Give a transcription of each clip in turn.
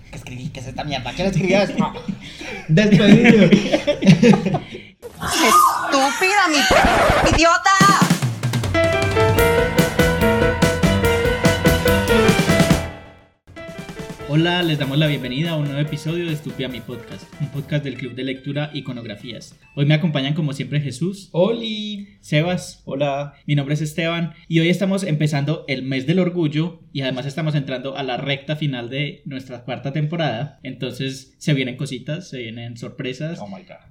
¿Qué escribí? ¿Qué es esta mierda? ¿Quién escribió esto? Despedido. ¡Estúpida, mi idiota! Hola, les damos la bienvenida a un nuevo episodio de Estúpida mi podcast, un podcast del Club de Lectura Iconografías. Hoy me acompañan como siempre Jesús, Oli. Sebas, hola, mi nombre es Esteban y hoy estamos empezando el mes del orgullo y además estamos entrando a la recta final de nuestra cuarta temporada, entonces se vienen cositas, se vienen sorpresas. Oh my god.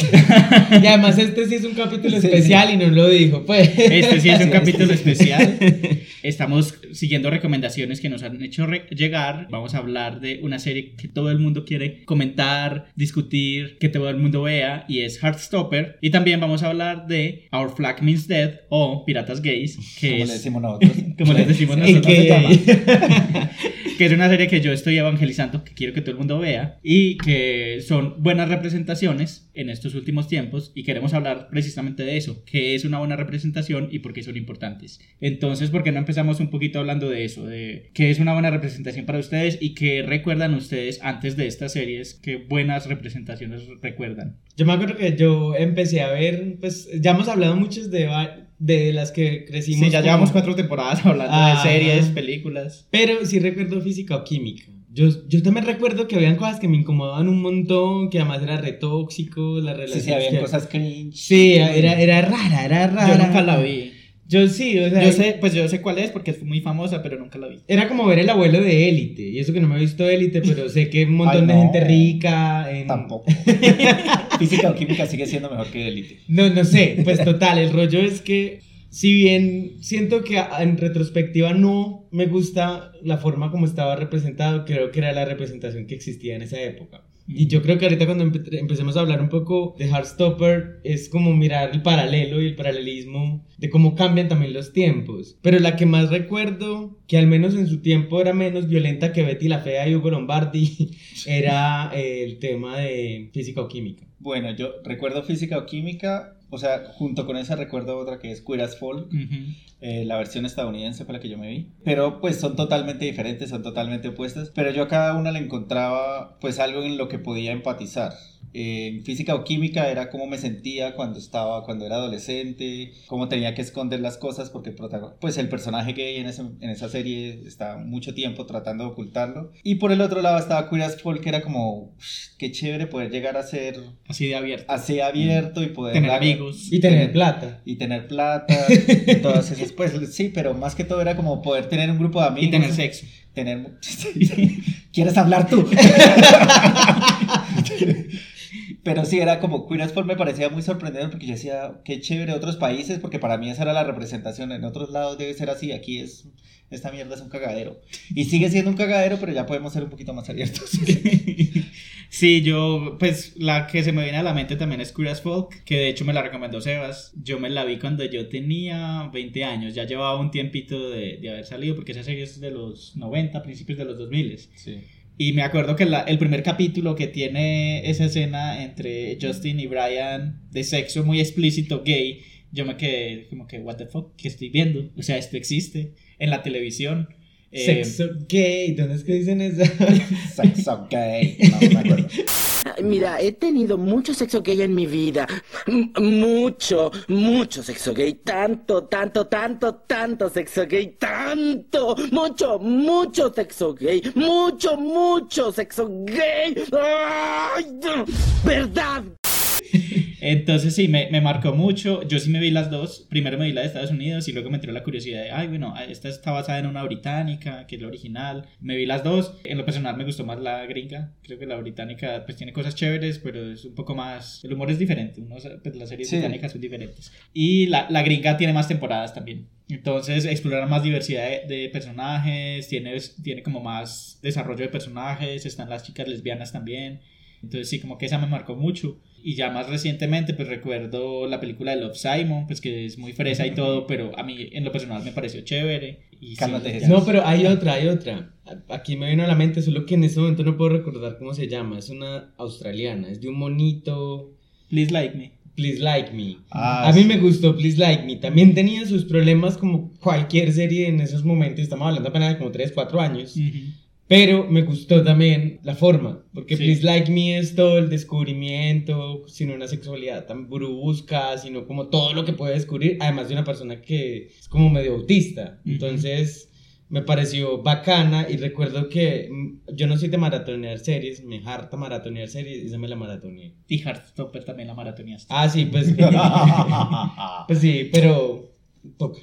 Y además este sí es un capítulo especial y no lo dijo, pues. Este sí es un capítulo especial. Estamos siguiendo recomendaciones que nos han hecho llegar. Vamos a hablar de una serie que todo el mundo quiere comentar, discutir, que todo el mundo vea, y es Heartstopper. Y también vamos a hablar de Our Flag Means Dead o Piratas Gays, que Como es, le decimos nosotros. como les decimos ¿Y nosotros, qué? se llama. Que es una serie que yo estoy evangelizando, que quiero que todo el mundo vea, y que son buenas representaciones en estos últimos tiempos, y queremos hablar precisamente de eso, qué es una buena representación y por qué son importantes. Entonces, ¿por qué no empezamos un poquito hablando de eso, de qué es una buena representación para ustedes y qué recuerdan ustedes antes de estas series, qué buenas representaciones recuerdan? Yo me acuerdo que yo empecé a ver, pues ya hemos hablado muchos de las que crecimos. Sí, ya llevamos 4 temporadas hablando de series, películas. Pero sí recuerdo física o química. Yo también recuerdo que habían cosas que me incomodaban un montón, que además era re tóxico, la relación. Sí, habían cosas cringe. Sí, era rara. Yo nunca la vi. Yo sí, o sea. Yo sé cuál es porque es muy famosa, pero nunca la vi. Era como ver El abuelo de Élite. Y eso que no me he visto Élite, pero sé que un montón Ay, de no. gente rica. Tampoco. Física o química sigue siendo mejor que Élite. No sé, pues total, el rollo es que si bien siento que en retrospectiva no me gusta la forma como estaba representado, creo que era la representación que existía en esa época. Y yo creo que ahorita cuando empecemos a hablar un poco de Heartstopper es como mirar el paralelo y el paralelismo de cómo cambian también los tiempos. Pero la que más recuerdo, que al menos en su tiempo era menos violenta que Betty la Fea y Hugo Lombardi, era el tema de física o química. Bueno, yo recuerdo física o química, o sea, junto con esa recuerdo otra que es Queer as Folk. La versión estadounidense fue la que yo me vi, pero pues son totalmente diferentes, son totalmente opuestas, pero yo a cada una le encontraba pues algo en lo que podía empatizar. En física o química era cómo me sentía cuando era adolescente, cómo tenía que esconder las cosas porque pues el personaje gay en esa serie está mucho tiempo tratando de ocultarlo, y por el otro lado estaba Queer as Folk, que era como qué chévere poder llegar a ser Así de abierto. y poder Tener amigos. Y tener plata. y todas esas, pues sí, pero más que todo era como poder tener un grupo de amigos Y tener sexo. ¿Quieres hablar tú? Pero sí, era como Queer as Folk, me parecía muy sorprendente porque yo decía, qué chévere otros países, porque para mí esa era la representación, en otros lados debe ser así, aquí esta mierda es un cagadero, y sigue siendo un cagadero, pero ya podemos ser un poquito más abiertos. Sí, pues la que se me viene a la mente también es Queer as Folk, que de hecho me la recomendó Sebas. Yo me la vi cuando yo tenía 20 años, ya llevaba un tiempito de haber salido, porque esa serie es de los 90, principios de los 2000. Sí. Y me acuerdo que el primer capítulo que tiene esa escena entre Justin y Brian de sexo muy explícito gay, yo me quedé como que, what the fuck, ¿qué estoy viendo? O sea, esto existe en la televisión. Sexo gay, ¿dónde es que dicen eso? Sexo gay, no me acuerdo. Mira, he tenido mucho sexo gay en mi vida. Mucho sexo gay. Tanto sexo gay. Mucho sexo gay. Mucho sexo gay. ¡Ay! ¿Verdad? Entonces sí, me marcó mucho. Yo sí me vi las dos. Primero me vi la de Estados Unidos y luego me entró la curiosidad de, esta está basada en una británica, que es la original. Me vi las dos. En lo personal me gustó más la gringa. Creo que la británica pues tiene cosas chéveres, pero es un poco más... El humor es diferente. Pues, las series británicas son diferentes. Y la gringa tiene más temporadas también. Entonces explora más diversidad de personajes, tiene como más desarrollo de personajes, están las chicas lesbianas también. Entonces sí, como que esa me marcó mucho. Y ya más recientemente pues recuerdo la película de Love, Simon, pues que es muy fresa y todo, pero a mí en lo personal me pareció chévere. Y Cálmate, sí, Jesús. No, pero hay otra. Aquí me vino a la mente, solo que en este momento no puedo recordar cómo se llama. Es una australiana, es de un monito. Please Like Me. Please Like Me. Ah, a mí sí. me gustó Please Like Me. También tenía sus problemas como cualquier serie en esos momentos. Estamos hablando apenas de como 3, 4 años. Pero me gustó también la forma, porque Sí. Please Like Me es todo el descubrimiento, sin una sexualidad tan brusca, sino como todo lo que puede descubrir, además de una persona que es como medio autista. Entonces me pareció bacana y recuerdo que yo no soy de maratonear series, me harta maratonear series y se me la maratoneé. Y Heartstopper también la maratoneaste. Ah, sí, pues, pues sí, pero toca.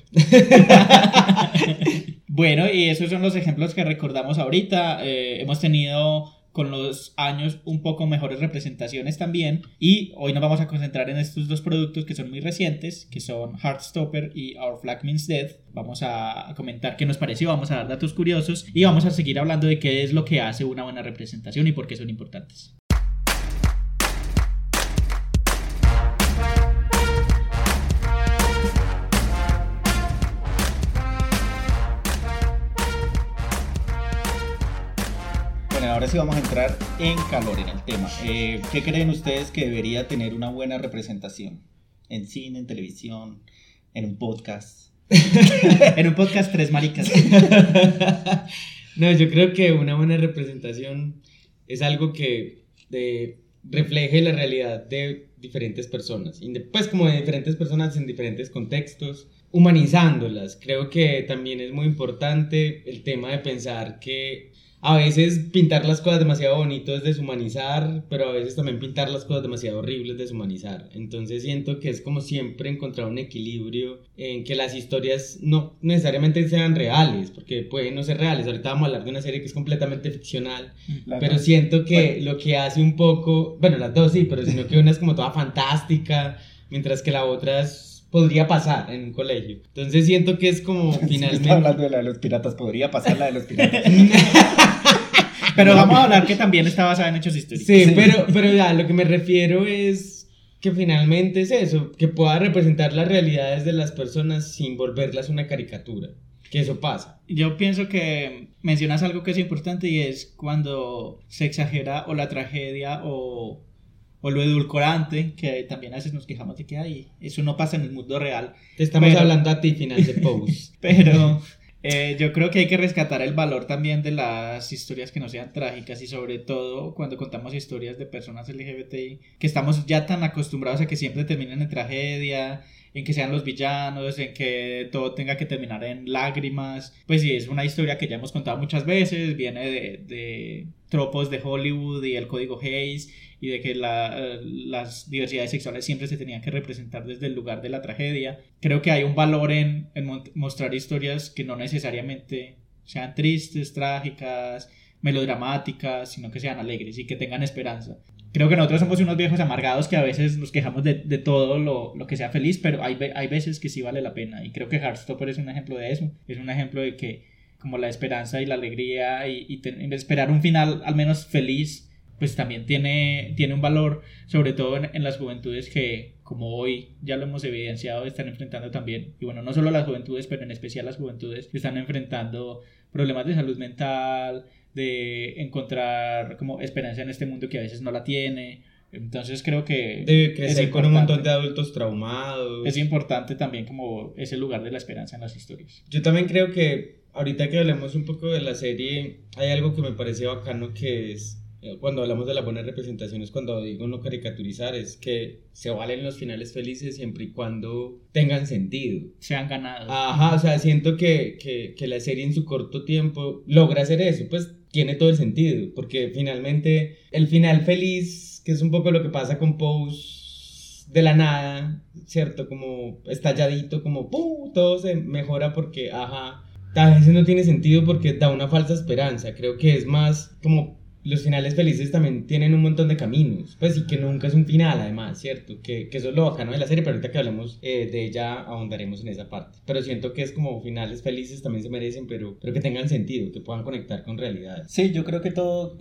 Bueno, y esos son los ejemplos que recordamos ahorita. Hemos tenido con los años un poco mejores representaciones también, y hoy nos vamos a concentrar en estos dos productos que son muy recientes, que son Heartstopper y Our Flag Means Death. Vamos a comentar qué nos pareció, vamos a dar datos curiosos y vamos a seguir hablando de qué es lo que hace una buena representación y por qué son importantes. Ahora sí vamos a entrar en calor en el tema. ¿Qué creen ustedes que debería tener una buena representación? En cine, en televisión, en un podcast. En un podcast tres maricas. No, yo creo que una buena representación es algo que refleje la realidad de diferentes personas, pues como de diferentes personas en diferentes contextos, humanizándolas. Creo que también es muy importante el tema de pensar que a veces pintar las cosas demasiado bonitas es deshumanizar, pero a veces también pintar las cosas demasiado horribles es deshumanizar. Entonces siento que es como siempre encontrar un equilibrio en que las historias no necesariamente sean reales, porque pueden no ser reales. Ahorita vamos a hablar de una serie que es completamente ficcional, pero siento que lo que hace un poco, bueno, las dos sí, pero sino que una es como toda fantástica, mientras que la otra podría pasar en un colegio. Entonces siento que es como finalmente... Está hablando de la de los piratas, podría pasar la de los piratas. Pero vamos a hablar que también está basada en hechos históricos. Sí, pero ya, lo que me refiero es que finalmente es eso, que pueda representar las realidades de las personas sin volverlas una caricatura, que eso pasa. Yo pienso que mencionas algo que es importante y es cuando se exagera o la tragedia o lo edulcorante, que también a veces nos quejamos de que hay, eso no pasa en el mundo real. Te estamos hablando a ti, final de post. Pero yo creo que hay que rescatar el valor también de las historias que no sean trágicas, y sobre todo cuando contamos historias de personas LGBTI, que estamos ya tan acostumbrados a que siempre terminen en tragedia, en que sean los villanos, en que todo tenga que terminar en lágrimas. Pues sí, es una historia que ya hemos contado muchas veces, viene de tropos de Hollywood y el código Hays, y de que las diversidades sexuales siempre se tenían que representar desde el lugar de la tragedia. Creo que hay un valor en mostrar historias que no necesariamente sean tristes, trágicas, melodramáticas, sino que sean alegres y que tengan esperanza. Creo que nosotros somos unos viejos amargados que a veces nos quejamos de todo lo que sea feliz, pero hay veces que sí vale la pena, y creo que Heartstopper es un ejemplo de eso. Es un ejemplo de que como la esperanza y la alegría y esperar un final al menos feliz, pues también tiene un valor, sobre todo en las juventudes que, como hoy ya lo hemos evidenciado, están enfrentando también, y bueno, no solo las juventudes, pero en especial las juventudes, están enfrentando problemas de salud mental, de encontrar como esperanza en este mundo que a veces no la tiene. Entonces creo que debe crecer con un montón de adultos traumados. Es importante también como ese lugar de la esperanza en las historias. Yo también creo que ahorita que hablemos un poco de la serie, hay algo que me parece bacano, que es cuando hablamos de las buenas representaciones, cuando digo no caricaturizar, es que se valen los finales felices siempre y cuando tengan sentido, sean ganados. Ajá, o sea, siento que la serie en su corto tiempo logra hacer eso, pues tiene todo el sentido, porque finalmente el final feliz, que es un poco lo que pasa con Pose de la nada, ¿cierto? Como estalladito, como ¡pum! Todo se mejora porque, ajá, a veces no tiene sentido porque da una falsa esperanza. Creo que es más como los finales felices también tienen un montón de caminos, pues, y que nunca es un final, además, ¿cierto? Que eso es lo bacano de la serie, pero ahorita que hablemos de ella ahondaremos en esa parte. Pero siento que es como finales felices también se merecen, pero que tengan sentido, que puedan conectar con realidades. Sí, yo creo que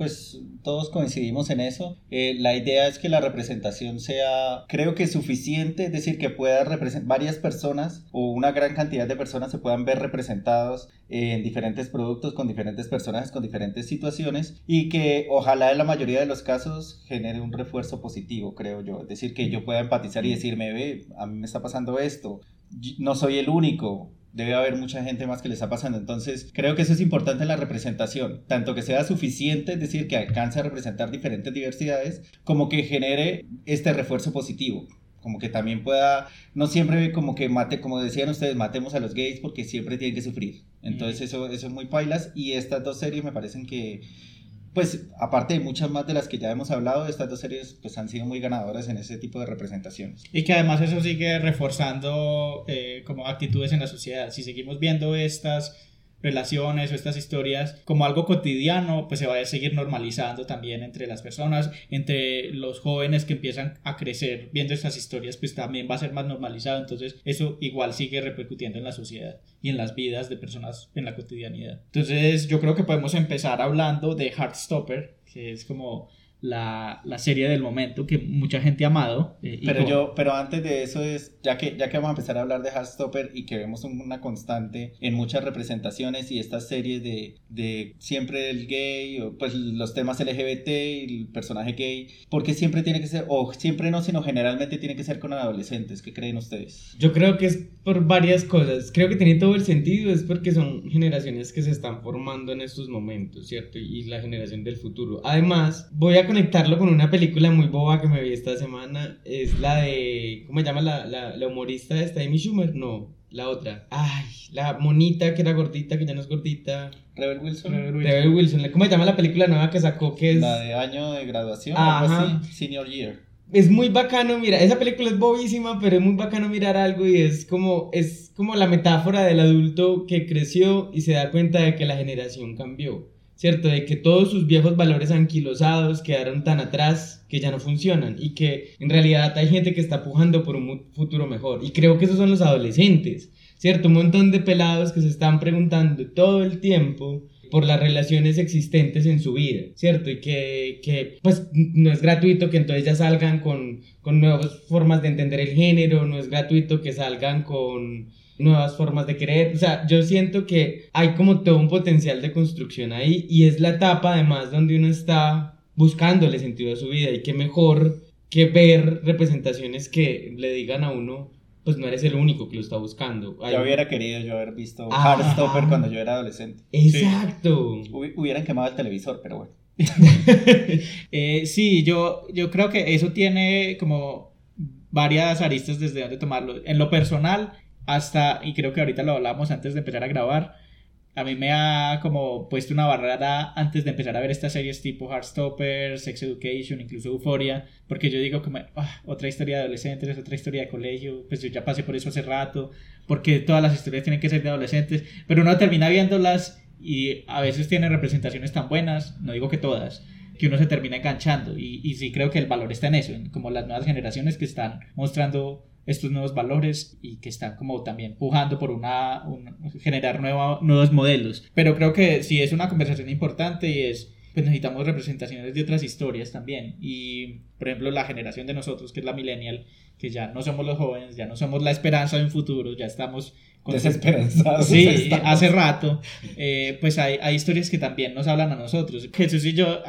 todos coincidimos en eso. La idea es que la representación sea, creo que suficiente, es decir, que pueda representar varias personas o una gran cantidad de personas se puedan ver representados en diferentes productos, con diferentes personajes, con diferentes situaciones, y que ojalá en la mayoría de los casos genere un refuerzo positivo, creo yo. Es decir, que yo pueda empatizar y decirme, a mí me está pasando esto, no soy el único, debe haber mucha gente más que le está pasando. Entonces creo que eso es importante en la representación, tanto que sea suficiente, es decir, que alcance a representar diferentes diversidades, como que genere este refuerzo positivo, como que también pueda, no siempre como que mate, como decían ustedes, matemos a los gays porque siempre tienen que sufrir. Entonces eso es muy pailas, y estas dos series me parecen que, pues aparte de muchas más de las que ya hemos hablado, estas dos series pues han sido muy ganadoras en ese tipo de representaciones. Y que además eso sigue reforzando como actitudes en la sociedad. Si seguimos viendo estas relaciones o estas historias como algo cotidiano, pues se va a seguir normalizando también entre las personas, entre los jóvenes que empiezan a crecer viendo estas historias, pues también va a ser más normalizado. Entonces eso igual sigue repercutiendo en la sociedad y en las vidas de personas en la cotidianidad. Entonces yo creo que podemos empezar hablando de Heartstopper, que es como la serie del momento que mucha gente ha amado. Pero antes de eso, ya que vamos a empezar a hablar de Heartstopper y que vemos una constante en muchas representaciones y estas series de siempre el gay, o pues los temas LGBT y el personaje gay, porque siempre tiene que ser, o siempre no, sino generalmente tiene que ser con adolescentes. ¿Qué creen ustedes? Yo creo que es por varias cosas. Creo que tiene todo el sentido, es porque son generaciones que se están formando en estos momentos, ¿cierto? Y la generación del futuro. Además, voy a conectarlo con una película muy boba que me vi esta semana. Es la de, ¿cómo se llama la humorista esta? Amy Schumer, no, la otra. Ay, la monita que era gordita, que ya no es gordita. Rebel Wilson. ¿Cómo se llama la película nueva que sacó? Que es la de año de graduación, algo así, senior year. Es muy bacano, mira, esa película es bobísima, pero es muy bacano mirar algo, y es como la metáfora del adulto que creció y se da cuenta de que la generación cambió, ¿cierto? De que todos sus viejos valores anquilosados quedaron tan atrás que ya no funcionan, y que en realidad hay gente que está pujando por un futuro mejor. Y creo que esos son los adolescentes, ¿cierto? Un montón de pelados que se están preguntando todo el tiempo por las relaciones existentes en su vida, ¿cierto? Y que pues no es gratuito que entonces ya salgan con nuevas formas de entender el género, no es gratuito que salgan con nuevas formas de querer. O sea, yo siento que hay como todo un potencial de construcción ahí, y es la etapa además donde uno está buscándole sentido a su vida, y qué mejor que ver representaciones que le digan a uno, pues no eres el único que lo está buscando. Yo hubiera querido haber visto Heartstopper cuando yo era adolescente. Exacto. Sí. Hubieran quemado el televisor, pero bueno. Sí, yo creo que eso tiene como varias aristas desde donde tomarlo. En lo personal, y creo que ahorita lo hablamos antes de empezar a grabar, a mí me ha como puesto una barrera antes de empezar a ver estas series tipo Heartstopper, Sex Education, incluso Euphoria, porque yo digo como, otra historia de adolescentes, otra historia de colegio, pues yo ya pasé por eso hace rato, porque todas las historias tienen que ser de adolescentes, pero uno termina viéndolas y a veces tienen representaciones tan buenas, no digo que todas, que uno se termina enganchando, y sí creo que el valor está en eso, en como las nuevas generaciones que están mostrando estos nuevos valores y que están como también pujando por generar nuevos modelos. Pero creo que sí es una conversación importante, y pues necesitamos representaciones de otras historias también. Y por ejemplo la generación de nosotros, que es la millennial, que ya no somos los jóvenes, ya no somos la esperanza de un futuro, ya estamos desesperanzados. Sí, hace rato. Pues hay historias que también nos hablan a nosotros. Jesús y yo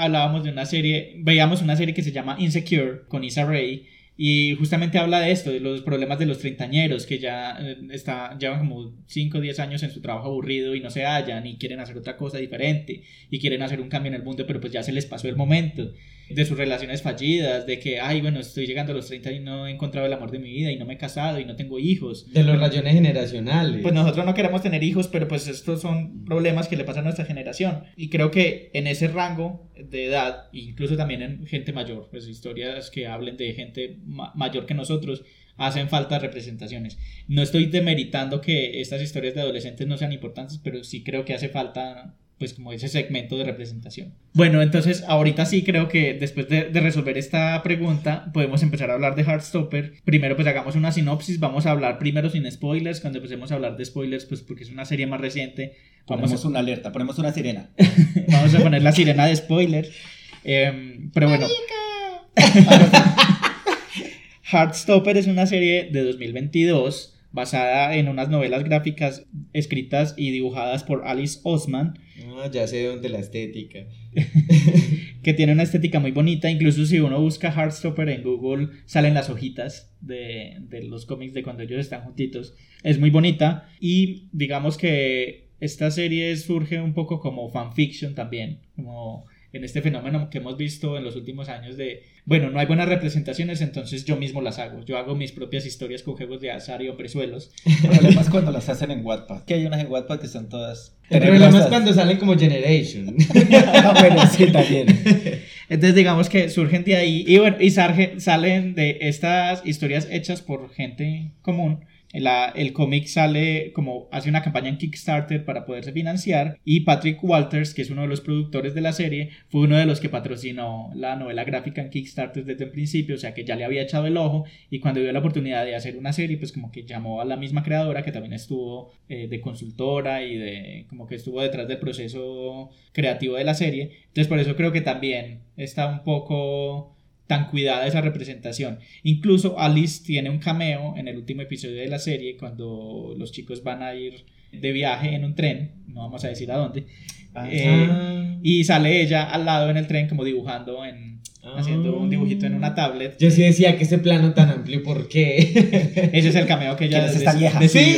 veíamos una serie que se llama Insecure con Issa Rae, y justamente habla de esto, de los problemas de los treintañeros que ya llevan como 5 o 10 años en su trabajo aburrido y no se hallan y quieren hacer otra cosa diferente y quieren hacer un cambio en el mundo, pero pues ya se les pasó el momento. De sus relaciones fallidas, de que estoy llegando a los 30 y no he encontrado el amor de mi vida y no me he casado y no tengo hijos. De los rayones generacionales. Pues nosotros no queremos tener hijos, pero pues estos son problemas que le pasan a nuestra generación, y creo que en ese rango de edad, incluso también en gente mayor, pues historias que hablen de gente mayor que nosotros, hacen falta representaciones. No estoy demeritando que estas historias de adolescentes no sean importantes, pero sí creo que hace falta pues como ese segmento de representación. Bueno, entonces ahorita sí creo que después de resolver esta pregunta podemos empezar a hablar de Heartstopper. Primero pues hagamos una sinopsis, vamos a hablar primero sin spoilers. Cuando empecemos a hablar de spoilers, pues porque es una serie más reciente, ponemos una alerta, ponemos una sirena. Vamos a poner la sirena de spoiler. Pero bueno, Heartstopper es una serie de 2022 basada en unas novelas gráficas escritas y dibujadas por Alice Oseman. Ya sé dónde la estética. Que tiene una estética muy bonita. Incluso si uno busca Heartstopper en Google, salen las hojitas de los cómics de cuando ellos están juntitos. Es muy bonita. Y digamos que esta serie surge un poco como fanfiction también, como en este fenómeno que hemos visto en los últimos años de, bueno, no hay buenas representaciones, entonces yo mismo las hago. Yo hago mis propias historias con juegos de azar y hombrezuelos. El problema es cuando las hacen en Wattpad, que hay unas en Wattpad que son todas... El problema es cuando salen como Generation. Bueno, sí, también. Entonces digamos que surgen de ahí y bueno, y salen de estas historias hechas por gente común. El cómic sale como hace una campaña en Kickstarter para poderse financiar, y Patrick Walters, que es uno de los productores de la serie, fue uno de los que patrocinó la novela gráfica en Kickstarter desde el principio, o sea que ya le había echado el ojo, y cuando vio la oportunidad de hacer una serie, pues como que llamó a la misma creadora, que también estuvo de consultora y de como que estuvo detrás del proceso creativo de la serie. Entonces por eso creo que también está un poco tan cuidada esa representación. Incluso Alice tiene un cameo en el último episodio de la serie, cuando los chicos van a ir de viaje en un tren, no vamos a decir a dónde, y sale ella al lado en el tren como dibujando haciendo un dibujito en una tablet. Yo sí decía que ese plano tan amplio, ¿por qué? Ese es el cameo que ella decidió sí,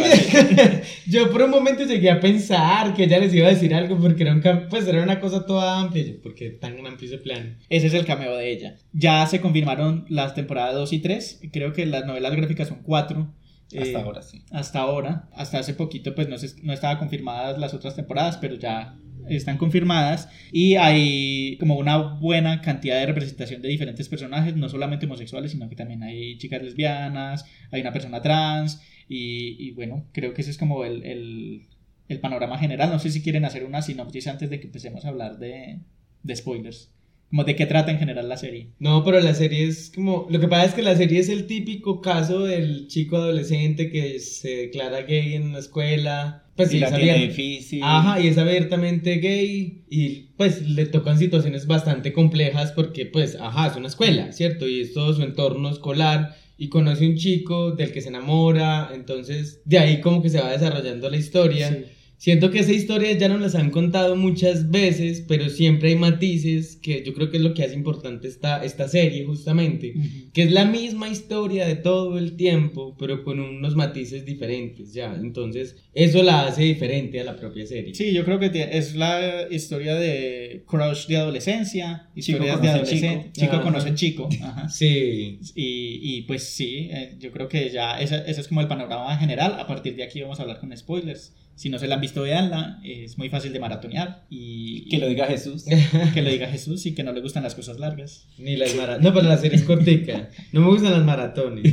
yo por un momento llegué a pensar que ella les iba a decir algo, porque era una cosa toda amplia. ¿Por qué tan amplio ese plano? Ese es el cameo de ella. Ya se confirmaron las temporadas 2 y 3, creo que las novelas gráficas son 4. Hasta ahora sí. Hasta hace poquito pues no estaban confirmadas las otras temporadas, pero ya están confirmadas, y hay como una buena cantidad de representación de diferentes personajes, no solamente homosexuales, sino que también hay chicas lesbianas, hay una persona trans, y bueno, creo que ese es como el panorama general. No sé si quieren hacer una sinopsis antes de que empecemos a hablar de spoilers, como de qué trata en general la serie. No, pero la serie es como... Lo que pasa es que la serie es el típico caso del chico adolescente que se declara gay en la escuela. Pues y la tiene difícil. Ajá, y es abiertamente gay, y pues le tocan situaciones bastante complejas porque pues, es una escuela, ¿cierto? Y es todo su entorno escolar, y conoce un chico del que se enamora, entonces de ahí como que se va desarrollando la historia. Sí. Siento que esa historia ya nos las han contado muchas veces, pero siempre hay matices, que yo creo que es lo que hace importante esta serie justamente, que es la misma historia de todo el tiempo, pero con unos matices diferentes ya. Entonces eso la hace diferente a la propia serie. Sí, yo creo que es la historia de crush de adolescencia, historias de adolescencia, chico conoce chico. Ajá. Sí. Y pues sí, yo creo que ya ese es como el panorama general. A partir de aquí vamos a hablar con spoilers. Si no se la han visto, véanla, es muy fácil de maratonear. Y que lo diga Jesús. Que lo diga Jesús, y que no le gustan las cosas largas. Ni las maratones. No, pero la serie es cortica. No me gustan las maratones.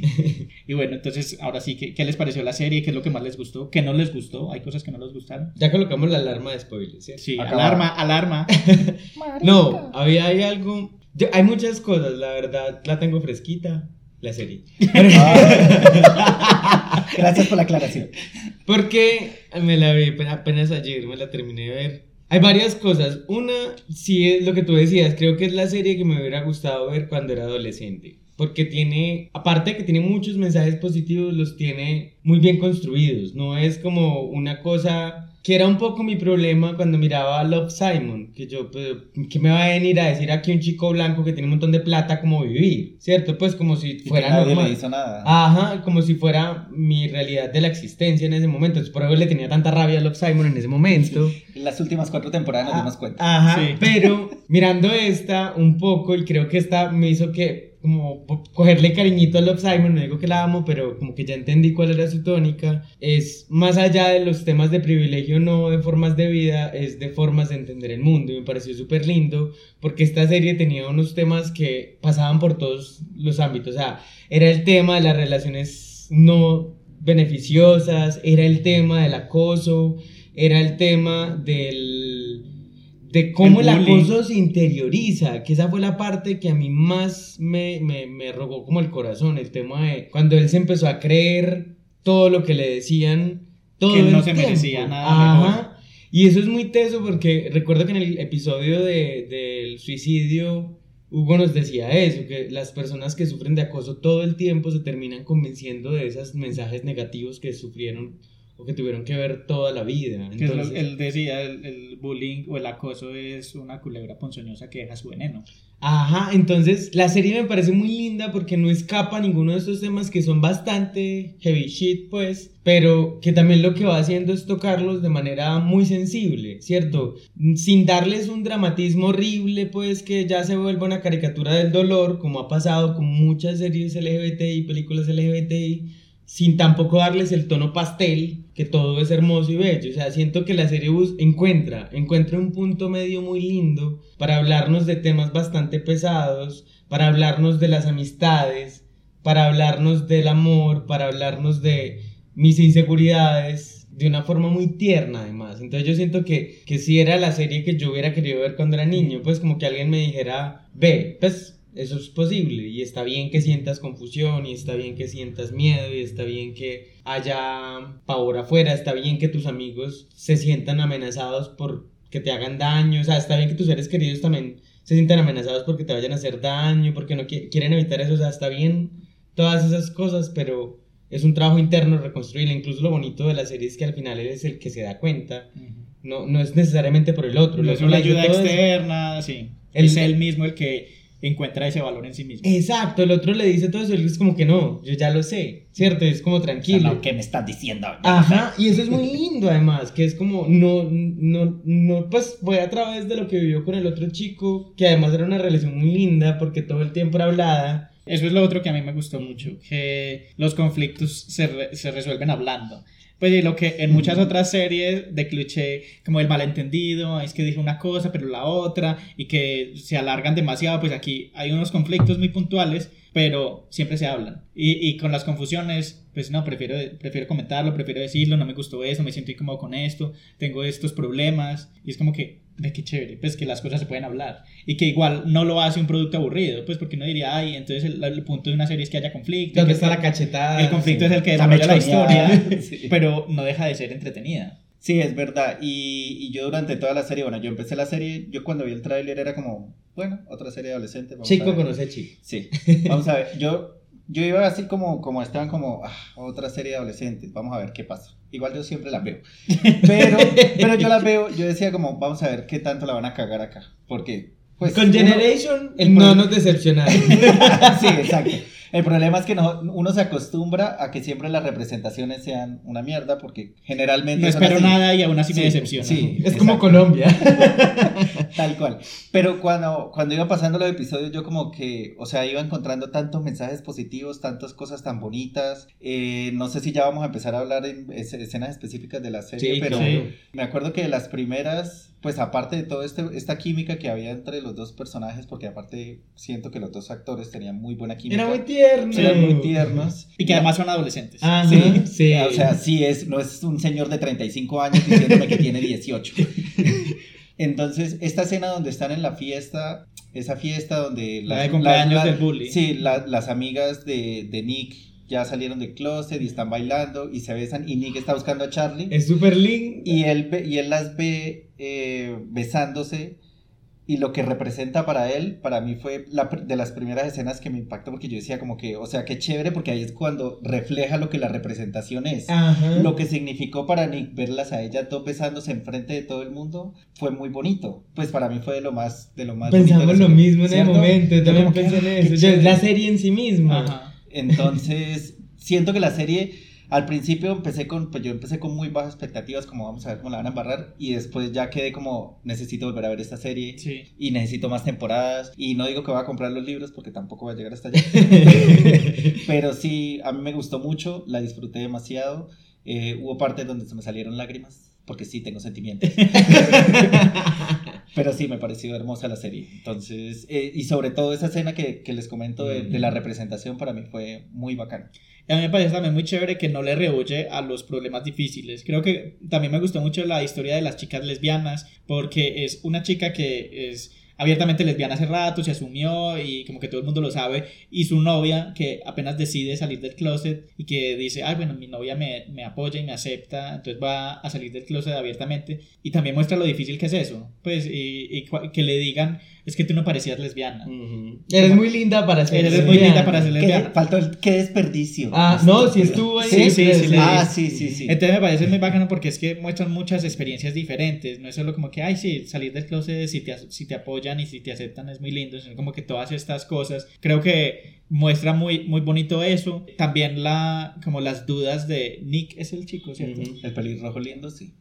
Y bueno, entonces, ahora sí, ¿qué les pareció la serie? ¿Qué es lo que más les gustó? ¿Qué no les gustó? Hay cosas que no les gustaron. Ya colocamos la alarma de spoilers, ¿sí? Sí, alarma. No, hay algo... Hay muchas cosas, la verdad, la tengo fresquita. La serie. Gracias por la aclaración. Porque me la vi apenas ayer, me la terminé de ver. Hay varias cosas. Una, sí es lo que tú decías, creo que es la serie que me hubiera gustado ver cuando era adolescente. Porque tiene, aparte de que tiene muchos mensajes positivos, los tiene muy bien construidos. No es como una cosa... Que era un poco mi problema cuando miraba Love, Simon, que yo, pues, ¿qué me va a venir a decir aquí un chico blanco que tiene un montón de plata cómo vivir? ¿Cierto? Pues como si fuera nadie normal. Le hizo nada. Ajá, como si fuera mi realidad de la existencia en ese momento. Entonces, por eso le tenía tanta rabia a Love, Simon en ese momento. Sí. En las últimas 4 temporadas nos dimos cuenta. Ajá, sí. Pero mirando esta un poco, y creo que esta me hizo que como cogerle cariñito a Love, Simon, no digo que la amo, pero como que ya entendí cuál era su tónica. Es más allá de los temas de privilegio, no de formas de vida, es de formas de entender el mundo, y me pareció súper lindo porque esta serie tenía unos temas que pasaban por todos los ámbitos. O sea, era el tema de las relaciones no beneficiosas, era el tema del acoso, era el tema de cómo el acoso se interioriza, que esa fue la parte que a mí más me rogó como el corazón, el tema de cuando él se empezó a creer todo lo que le decían, todo que él no el se tiempo. Merecía nada. Ajá. Mejor. Y eso es muy teso porque recuerdo que en el episodio del suicidio Hugo nos decía eso, que las personas que sufren de acoso todo el tiempo se terminan convenciendo de esos mensajes negativos que sufrieron o que tuvieron que ver toda la vida. Entonces, él decía, el bullying o el acoso es una culebra ponzoñosa que deja su veneno. Ajá, entonces la serie me parece muy linda porque no escapa a ninguno de estos temas que son bastante heavy shit, pues, pero que también lo que va haciendo es tocarlos de manera muy sensible, ¿cierto? Sin darles un dramatismo horrible, pues, que ya se vuelva una caricatura del dolor, como ha pasado con muchas series LGBTI, películas LGBTI, sin tampoco darles el tono pastel, que todo es hermoso y bello. O sea, siento que la serie encuentra un punto medio muy lindo para hablarnos de temas bastante pesados, para hablarnos de las amistades, para hablarnos del amor, para hablarnos de mis inseguridades, de una forma muy tierna además. Entonces yo siento que si era la serie que yo hubiera querido ver cuando era niño, pues como que alguien me dijera, ve, pues eso es posible y está bien que sientas confusión y está bien que sientas miedo y está bien que haya pavor afuera, está bien que tus amigos se sientan amenazados por que te hagan daño, o sea, está bien que tus seres queridos también se sientan amenazados porque te vayan a hacer daño, porque no quieren evitar eso, o sea, está bien todas esas cosas, pero es un trabajo interno reconstruirla. Incluso lo bonito de la serie es que al final él es el que se da cuenta, no es necesariamente por el otro. No es una ayuda externa, sí, es él mismo el que encuentra ese valor en sí mismo. Exacto, el otro le dice todo eso y él es como que no, yo ya lo sé, ¿cierto? Es como tranquilo. O sea, no, ¿qué me estás diciendo? Ajá, y eso es muy lindo además, que es como, no, pues fue a través de lo que vivió con el otro chico, que además era una relación muy linda porque todo el tiempo era hablada. Eso es lo otro que a mí me gustó mucho, que los conflictos se resuelven hablando. Pues lo que en muchas otras series de cliché, como el malentendido, es que dije una cosa pero la otra, y que se alargan demasiado, pues aquí hay unos conflictos muy puntuales, pero siempre se hablan. Y con las confusiones, pues no, prefiero comentarlo, prefiero decirlo, no me gustó eso, me siento incómodo con esto, tengo estos problemas, y es como que, ve qué chévere, pues que las cosas se pueden hablar, y que igual no lo hace un producto aburrido, pues porque uno diría, ay, entonces el punto de una serie es que haya conflicto. ¿Dónde está la cachetada? El conflicto es el que desarrolla la historia, sí. Pero no deja de ser entretenida. Sí, es verdad, y yo durante toda la serie, bueno, yo empecé la serie, yo cuando vi el tráiler era como, bueno, otra serie adolescente. Chico conoce chico. Sí, vamos a ver, yo iba así como estaban como, otra serie de adolescentes, vamos a ver qué pasa. Igual yo siempre las veo, pero yo las veo, yo decía como, vamos a ver qué tanto la van a cagar acá, porque pues con Generation no nos decepcionaron. Sí, exacto. El problema es que uno se acostumbra a que siempre las representaciones sean una mierda, porque generalmente no espero nada y aún así me decepciona. Sí, es como Colombia. Tal cual. Pero cuando iba pasando los episodios, yo como que, o sea, iba encontrando tantos mensajes positivos, tantas cosas tan bonitas. No sé si ya vamos a empezar a hablar en escenas específicas de la serie, pero me acuerdo que de las primeras, pues aparte de toda esta química que había entre los dos personajes, porque aparte siento que los dos actores tenían muy buena química. Era muy tierno. Eran muy tiernos. Y que además son adolescentes. Sí. O sea, sí no es un señor de 35 años diciéndome que tiene 18. Entonces, esta escena donde están en la fiesta, esa fiesta donde... La de cumpleaños del bully. Sí, las amigas de Nick ya salieron del closet y están bailando y se besan y Nick está buscando a Charlie. Es súper lindo. Y él las ve besándose. Y lo que representa para él, para mí fue de las primeras escenas que me impactó, porque yo decía como que, o sea, qué chévere, porque ahí es cuando refleja lo que la representación es. Ajá. Lo que significó para Nick verlas a ella dos besándose enfrente de todo el mundo fue muy bonito. Pues para mí fue de lo más Pensamos bonito. Lo mismo en ¿cierto? el momento, yo también pensé en eso. Es la serie en sí misma. Ajá. Entonces, siento que la serie... Al principio yo empecé con muy bajas expectativas, como vamos a ver cómo la van a embarrar, y después ya quedé como, necesito volver a ver esta serie, y necesito más temporadas, y no digo que voy a comprar los libros porque tampoco voy a llegar hasta allá, pero sí, a mí me gustó mucho, la disfruté demasiado, hubo partes donde se me salieron lágrimas, porque sí, tengo sentimientos. Pero sí, me pareció hermosa la serie. Entonces, y sobre todo esa escena que les comento de la representación, para mí fue muy bacana. A mí me parece también muy chévere que no le rehuye a los problemas difíciles. Creo que también me gustó mucho la historia de las chicas lesbianas, porque es una chica que es abiertamente lesbiana hace rato, se asumió y como que todo el mundo lo sabe, y su novia que apenas decide salir del closet y que dice, ay bueno, mi novia me apoya y me acepta, entonces va a salir del closet abiertamente, y también muestra lo difícil que es eso, pues, y que le digan, es que tú no parecías lesbiana. Eres muy linda para ser lesbiana. Muy linda para ser lesbiana. Faltó qué desperdicio. No, sí estuvo ahí. Sí. Sí. Entonces me parece muy bacano porque es que muestran muchas experiencias diferentes. No es solo como que, ay, sí, salir del closet, si te apoyan y si te aceptan es muy lindo, sino como que todas estas cosas. Creo que muestra muy, muy bonito eso. También como las dudas de Nick, es el chico, ¿cierto? El pelirrojo lindo, sí.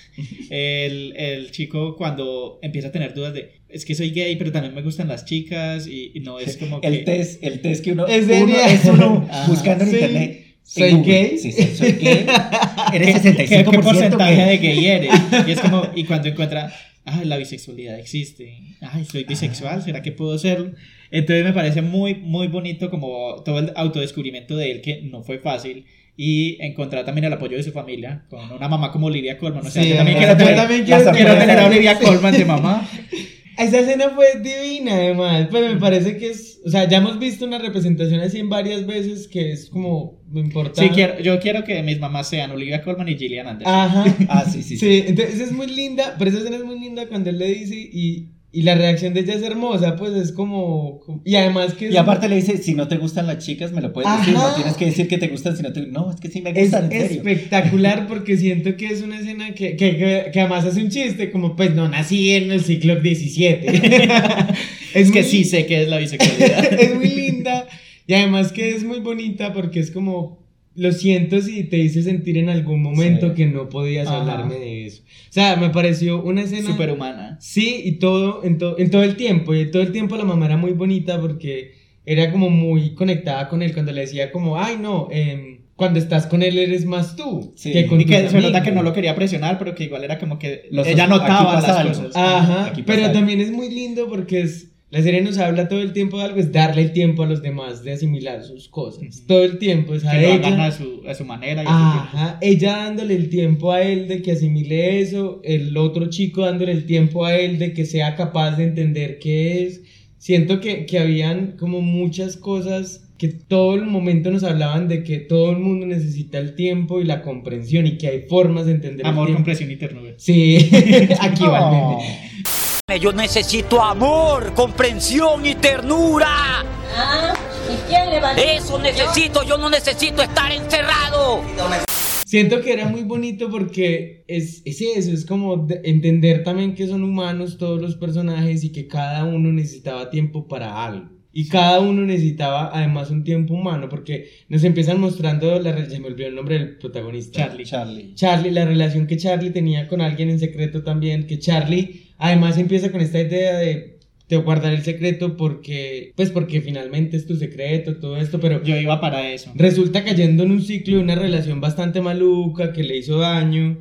el chico cuando empieza a tener dudas de, es que soy gay, pero también me gustan las chicas y no es como que... El test que uno buscando en internet. ¿Soy gay? Sí, soy gay. ¿Eres 65%? ¿Qué porcentaje de gay eres? Y es como, y cuando encuentra, la bisexualidad existe. Soy bisexual, ¿será que puedo serlo? Entonces me parece muy, muy bonito como todo el autodescubrimiento de él, que no fue fácil. Y encontrar también el apoyo de su familia, con una mamá como Olivia Colman. O sea, yo también quiero tener a Olivia Colman de mamá. Esa escena fue divina, además. Pues me parece que es... O sea, ya hemos visto una representación así en varias veces que es como importante. Sí, yo quiero que mis mamás sean Olivia Colman y Gillian Anderson. Ajá. Sí, entonces es muy linda, pero esa escena es muy linda cuando él le dice y la reacción de ella es hermosa, pues es como... Y además que... Y aparte le dice, si no te gustan las chicas, me lo puedes decir, no tienes que decir que te gustan, si no te... No, es que sí me gustan, en serio. Espectacular porque siento que es una escena que además hace un chiste, como pues no nací en el siglo XVII. Es que sí sé que es la bisexualidad. Es muy linda y además que es muy bonita porque es como... Lo siento si te hice sentir en algún momento que no podías hablarme de eso. O sea, me pareció una escena... Superhumana. Sí, y todo, en todo el tiempo. Y todo el tiempo la mamá era muy bonita porque era como muy conectada con él. Cuando le decía como, cuando estás con él eres más tú. Sí. Que con y que tus se nota amigos. que no lo quería presionar, pero que igual era como que ella notaba las cosas. Ajá, pero también es muy lindo porque la serie nos habla todo el tiempo de algo, es darle el tiempo a los demás de asimilar sus cosas. Todo el tiempo, o sea, que lo hagan a su manera. Y ella dándole el tiempo a él de que asimile eso, el otro chico dándole el tiempo a él de que sea capaz de entender qué es. Siento que habían como muchas cosas que todo el momento nos hablaban de que todo el mundo necesita el tiempo y la comprensión y que hay formas de entender amor, el tiempo. comprensión y ternura. Sí, aquí va el meme. Yo necesito amor, comprensión y ternura. ¿Y quién le va a decir? Eso necesito, yo no necesito estar encerrado. Siento que era muy bonito porque es eso, es como entender también que son humanos todos los personajes y que cada uno necesitaba tiempo para algo. Y cada uno necesitaba además un tiempo humano porque nos empiezan mostrando, se me olvidó el nombre del protagonista. Charlie, la relación que Charlie tenía con alguien en secreto también, que Charlie además empieza con esta idea de guardar el secreto porque finalmente es tu secreto, todo esto, pero yo iba para eso. Resulta cayendo en un ciclo de una relación bastante maluca que le hizo daño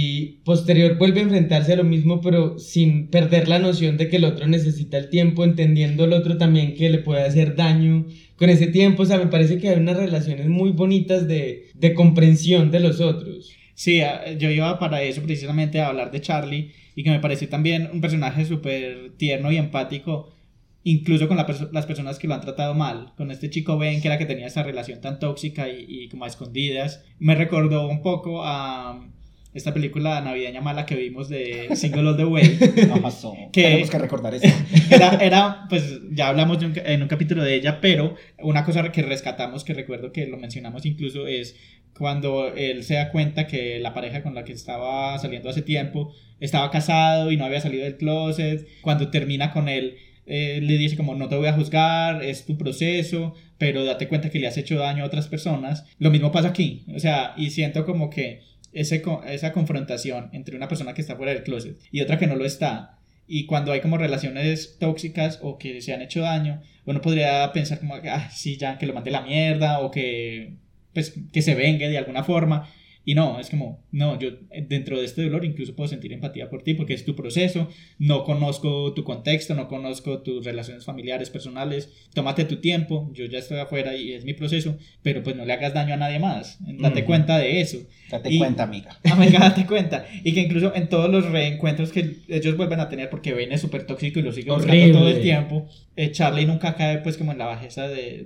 y posterior vuelve a enfrentarse a lo mismo pero sin perder la noción de que el otro necesita el tiempo, entendiendo el otro también que le puede hacer daño con ese tiempo. O sea, me parece que hay unas relaciones muy bonitas de comprensión de los otros. Sí, yo iba para eso precisamente, a hablar de Charlie, y que me pareció también un personaje súper tierno y empático, incluso con las personas que lo han tratado mal. Con este chico Ben, que era que tenía esa relación tan tóxica y como a escondidas. Me recordó un poco a esta película navideña mala que vimos de Single All the Way. Tenemos que recordar eso. Era, pues ya hablamos en un capítulo de ella, pero una cosa que rescatamos, que recuerdo que lo mencionamos incluso, es cuando él se da cuenta que la pareja con la que estaba saliendo hace tiempo estaba casado y no había salido del closet. Cuando termina con él, le dice como, no te voy a juzgar, es tu proceso, pero date cuenta que le has hecho daño a otras personas. Lo mismo pasa aquí, o sea, y siento como que esa confrontación entre una persona que está fuera del closet y otra que no lo está, y cuando hay como relaciones tóxicas o que se han hecho daño, uno podría pensar como, sí, ya, que lo mande a la mierda, o que se vengue de alguna forma. Y no, es como, no, yo dentro de este dolor incluso puedo sentir empatía por ti porque es tu proceso, no conozco tu contexto, no conozco tus relaciones familiares, personales, tómate tu tiempo, yo ya estoy afuera y es mi proceso, pero pues no le hagas daño a nadie más, date cuenta de eso. Date cuenta, amiga. Amiga, date cuenta. Y que incluso en todos los reencuentros que ellos vuelven a tener, porque Ben es súper tóxico y lo sigue buscando todo el tiempo, Charlie nunca cae pues como en la bajeza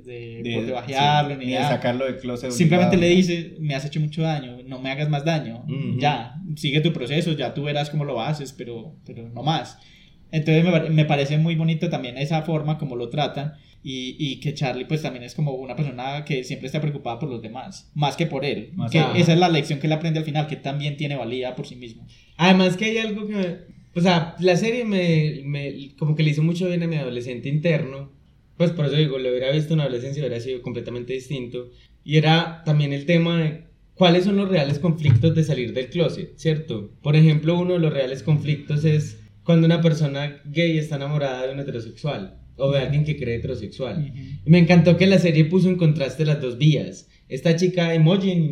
de bajearlo, ni de sacarlo del closet. Simplemente le dice, me has hecho mucho daño, no me hagas más daño, ya, sigue tu proceso, ya tú verás cómo lo haces, pero no más. Entonces me parece muy bonito también esa forma como lo tratan y que Charlie pues también es como una persona que siempre está preocupada por los demás, más que por él. Esa es la lección que él aprende al final, que también tiene valía por sí mismo. Además que hay algo que... O sea, la serie como que le hizo mucho bien a mi adolescente interno. Pues por eso digo, lo hubiera visto en la adolescencia hubiera sido completamente distinto. Y era también el tema de cuáles son los reales conflictos de salir del closet, ¿cierto? Por ejemplo, uno de los reales conflictos es cuando una persona gay está enamorada de un heterosexual o de alguien que cree heterosexual. Y me encantó que la serie puso en contraste las dos vías. Esta chica Imogen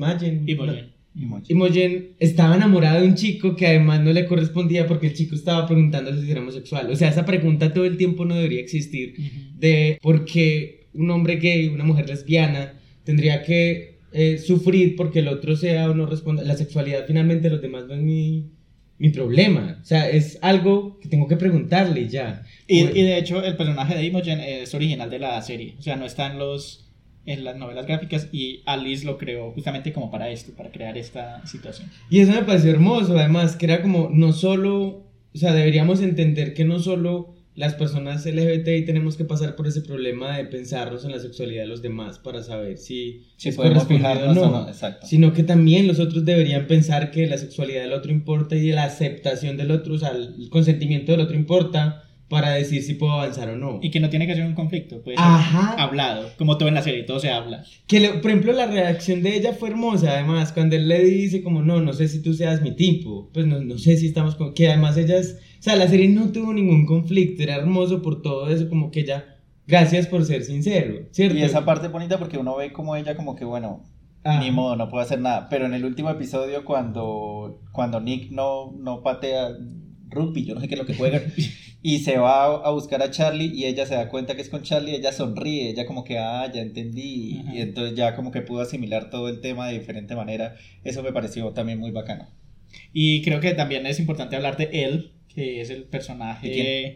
estaba enamorada de un chico que además no le correspondía porque el chico estaba preguntándose si era homosexual. O sea, esa pregunta todo el tiempo no debería existir de por qué un hombre gay, una mujer lesbiana tendría que sufrir porque el otro sea o no responda. La sexualidad finalmente de los demás no es mi problema. O sea, es algo que tengo que preguntarle ya. Y de hecho el personaje de Imogen es original de la serie. O sea, no está en las novelas gráficas y Alice lo creó justamente como para esto, para crear esta situación. Y eso me pareció hermoso, además, que era como no solo, o sea, deberíamos entender que no solo las personas LGBTI tenemos que pasar por ese problema de pensarnos en la sexualidad de los demás para saber si podemos fijarnos o no, exacto. Sino que también los otros deberían pensar que la sexualidad del otro importa y la aceptación del otro, o sea, el consentimiento del otro importa para decir si puedo avanzar o no. Y que no tiene que ser un conflicto, puede ser hablado, como todo en la serie, todo se habla. Por ejemplo, la reacción de ella fue hermosa, además, cuando él le dice como, no sé si tú seas mi tipo, pues no sé si estamos con... Que además o sea, la serie no tuvo ningún conflicto, era hermoso por todo eso, como que ella, gracias por ser sincero, ¿cierto? Y esa parte bonita porque uno ve como ella como que, bueno, ni modo, no puedo hacer nada, pero en el último episodio cuando Nick no patea rugby, yo no sé qué es lo que juegan, y se va a buscar a Charlie y ella se da cuenta que es con Charlie, ella sonríe, ella como que, ya entendí, y entonces ya como que pudo asimilar todo el tema de diferente manera. Eso me pareció también muy bacano. Y creo que también es importante hablar de él, que es el personaje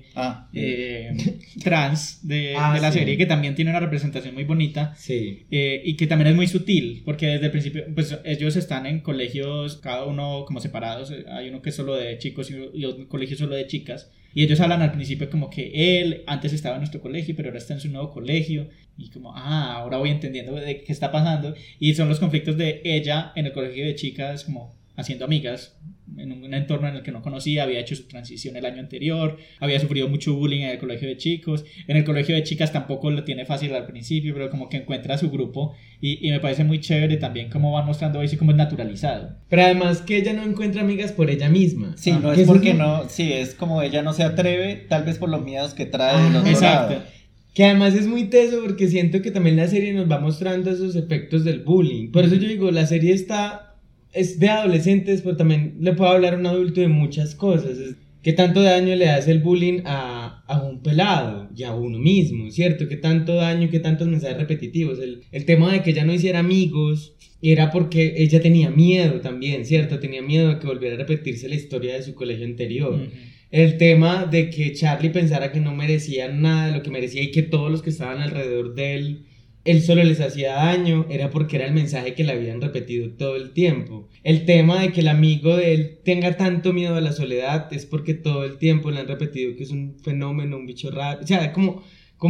trans de la serie, que también tiene una representación muy bonita, y que también es muy sutil, porque desde el principio, pues ellos están en colegios, cada uno como separados, hay uno que es solo de chicos y otro colegio solo de chicas, y ellos hablan al principio como que él antes estaba en nuestro colegio, pero ahora está en su nuevo colegio, y como, ahora voy entendiendo de qué está pasando, y son los conflictos de ella en el colegio de chicas, como haciendo amigas en un entorno en el que no conocía, había hecho su transición el año anterior, había sufrido mucho bullying en el colegio de chicos, en el colegio de chicas tampoco lo tiene fácil al principio, pero como que encuentra su grupo y me parece muy chévere también cómo van mostrando eso y cómo es naturalizado. Pero además que ella no encuentra amigas por ella misma. Sí, no es porque es como ella no se atreve, tal vez por los miedos que trae del otro lado. Que además es muy teso porque siento que también la serie nos va mostrando esos efectos del bullying. Por eso yo digo, la serie es de adolescentes, pero también le puedo hablar a un adulto de muchas cosas. ¿Qué tanto daño le hace el bullying a un pelado y a uno mismo, cierto? ¿Qué tanto daño, qué tantos mensajes repetitivos? El tema de que ella no hiciera amigos era porque ella tenía miedo también, ¿cierto? Tenía miedo de que volviera a repetirse la historia de su colegio anterior. El tema de que Charlie pensara que no merecía nada de lo que merecía y que todos los que estaban alrededor de él solo les hacía daño, era porque era el mensaje que le habían repetido todo el tiempo. El tema de que el amigo de él tenga tanto miedo a la soledad es porque todo el tiempo le han repetido que es un fenómeno, un bicho raro. O sea, como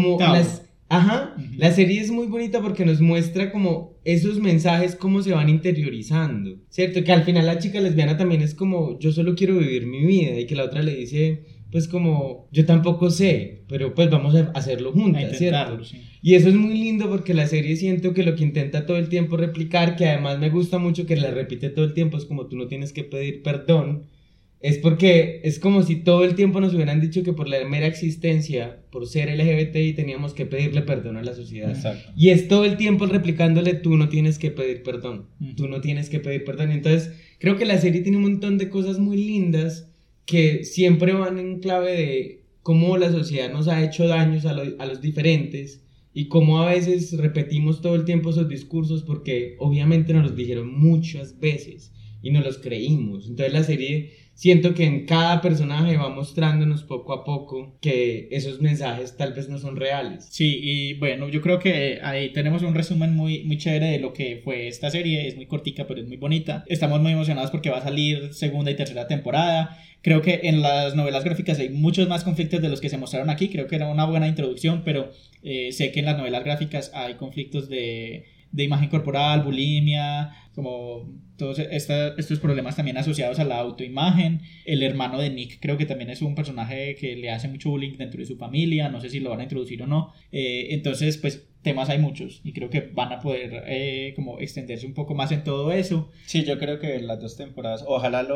la serie es muy bonita porque nos muestra como esos mensajes cómo se van interiorizando, ¿cierto? Que al final la chica lesbiana también es como, yo solo quiero vivir mi vida, y que la otra le dice, pues como, yo tampoco sé, pero pues vamos a hacerlo juntas, ¿cierto? Sí. Y eso es muy lindo porque la serie siento que lo que intenta todo el tiempo replicar, que además me gusta mucho que la repite todo el tiempo, es como tú no tienes que pedir perdón, es porque es como si todo el tiempo nos hubieran dicho que por la mera existencia, por ser LGBTI, teníamos que pedirle perdón a la sociedad. Exacto. Y es todo el tiempo replicándole, tú no tienes que pedir perdón, tú no tienes que pedir perdón. Entonces creo que la serie tiene un montón de cosas muy lindas que siempre van en clave de cómo la sociedad nos ha hecho daños a los diferentes y cómo a veces repetimos todo el tiempo esos discursos porque obviamente nos los dijeron muchas veces y nos los creímos. Entonces la serie, siento que en cada personaje va mostrándonos poco a poco que esos mensajes tal vez no son reales. Sí, y bueno, yo creo que ahí tenemos un resumen muy, muy chévere de lo que fue esta serie. Es muy cortica, pero es muy bonita. Estamos muy emocionados porque va a salir segunda y tercera temporada. Creo que en las novelas gráficas hay muchos más conflictos de los que se mostraron aquí. Creo que era una buena introducción, pero sé que en las novelas gráficas hay conflictos de imagen corporal, bulimia, como todos estos problemas también asociados a la autoimagen. El hermano de Nick creo que también es un personaje que le hace mucho bullying dentro de su familia, no sé si lo van a introducir o no. Entonces pues temas hay muchos y creo que van a poder como extenderse un poco más en todo eso. Sí, yo creo que las 2 temporadas, ojalá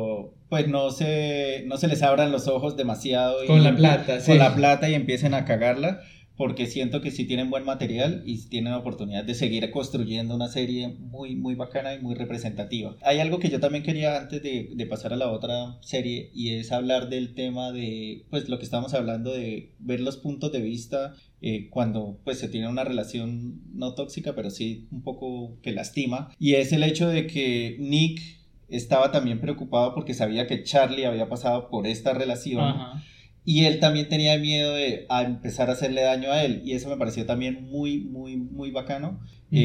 pues no se les abran los ojos demasiado con la plata, con la plata y empiecen a cagarla, porque siento que sí tienen buen material y tienen la oportunidad de seguir construyendo una serie muy, muy bacana y muy representativa. Hay algo que yo también quería antes de pasar a la otra serie, y es hablar del tema de, pues lo que estamos hablando de ver los puntos de vista cuando pues se tiene una relación no tóxica, pero sí un poco que lastima, y es el hecho de que Nick estaba también preocupado porque sabía que Charlie había pasado por esta relación. Ajá. Y él también tenía miedo a empezar a hacerle daño a él, y eso me pareció también muy, muy, muy bacano,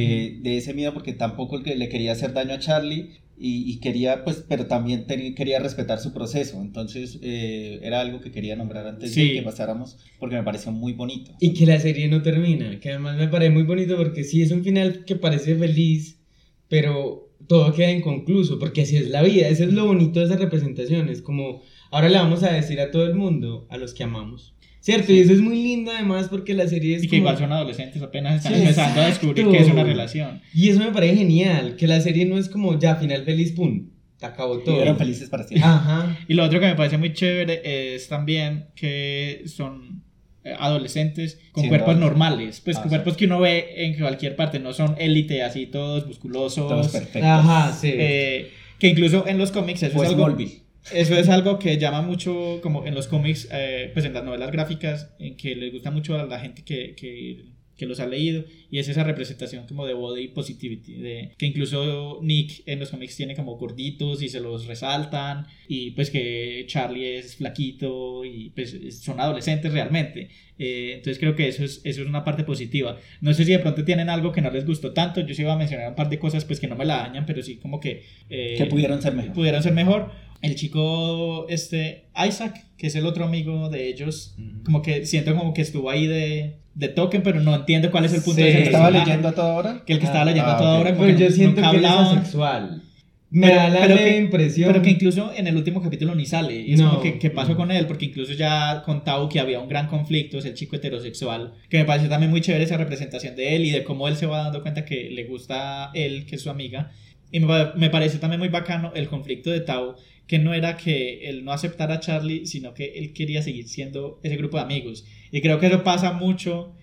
de ese miedo, porque tampoco le quería hacer daño a Charlie, y quería, pues, pero también quería respetar su proceso. Entonces era algo que quería nombrar antes de que pasáramos, porque me pareció muy bonito. Y que la serie no termina, que además me parece muy bonito, porque sí es un final que parece feliz, pero todo queda inconcluso, porque así es la vida. Eso es lo bonito de esas representaciones, como ahora le vamos a decir a todo el mundo, a los que amamos, ¿cierto? Sí. Y eso es muy lindo además, porque la serie es y que igual son adolescentes, apenas están empezando a descubrir qué es una relación. Y eso me parece genial, que la serie no es como ya, final feliz, pum, te acabó todo. Y eran felices para siempre. Ajá. Y lo otro que me parece muy chévere es también que son adolescentes con cuerpos normales, pues cuerpos que uno ve en cualquier parte, no son élite así todos musculosos, todos perfectos. Ajá, sí. Que incluso en los cómics eso pues es algo Smallville. Eso es algo que llama mucho, como en los cómics, pues en las novelas gráficas, en que les gusta mucho a la gente que los ha leído, y es esa representación como de body positivity, de que incluso Nick en los cómics tiene como gorditos y se los resaltan, y pues que Charlie es flaquito y pues son adolescentes realmente. Entonces creo que eso es una parte positiva. No sé si de pronto tienen algo que no les gustó tanto. Yo sí iba a mencionar un par de cosas pues que no me la dañan, pero sí como que pudieron ser mejor. El chico Isaac, que es el otro amigo de ellos, como que siento como que estuvo ahí de token, pero no entiendo cuál es el punto de ese ¿Estaba personaje. leyendo a toda hora? Que el que estaba leyendo a toda hora, como pero que yo siento que él es hablaba asexual. Me da la impresión. Pero que incluso en el último capítulo ni sale. Y es como que ¿qué pasó con él? Porque incluso ya con Tao, que había un gran conflicto, es el chico heterosexual, que me pareció también muy chévere esa representación de él y de cómo él se va dando cuenta que le gusta a él, que es su amiga. Y me pareció también muy bacano el conflicto de Tao, que no era que él no aceptara a Charlie, sino que él quería seguir siendo ese grupo de amigos. Y creo que eso pasa mucho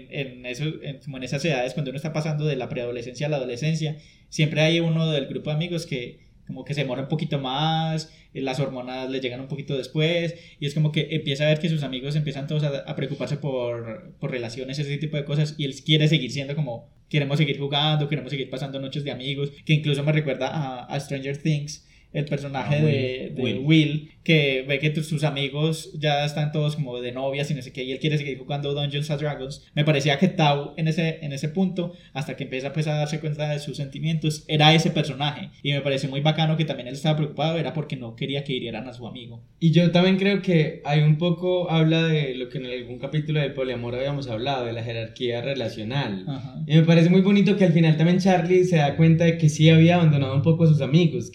como en esas edades, cuando uno está pasando de la preadolescencia a la adolescencia. Siempre hay uno del grupo de amigos que como que se demora un poquito más, las hormonas le llegan un poquito después, y es como que empieza a ver que sus amigos empiezan todos a preocuparse por relaciones, ese tipo de cosas, y él quiere seguir siendo como, queremos seguir jugando, queremos seguir pasando noches de amigos, que incluso me recuerda a Stranger Things, el personaje de Will, que ve que sus amigos ya están todos como de novias y no sé qué, y él quiere seguir jugando Dungeons and Dragons. Me parecía que Tao en ese punto, hasta que empieza pues a darse cuenta de sus sentimientos, era ese personaje, y me pareció muy bacano que también él estaba preocupado, era porque no quería que hirieran a su amigo. Y yo también creo que hay un poco, habla de lo que en algún capítulo del poliamor habíamos hablado, de la jerarquía relacional. Ajá. Y me parece muy bonito que al final también Charlie se da cuenta de que sí había abandonado un poco a sus amigos,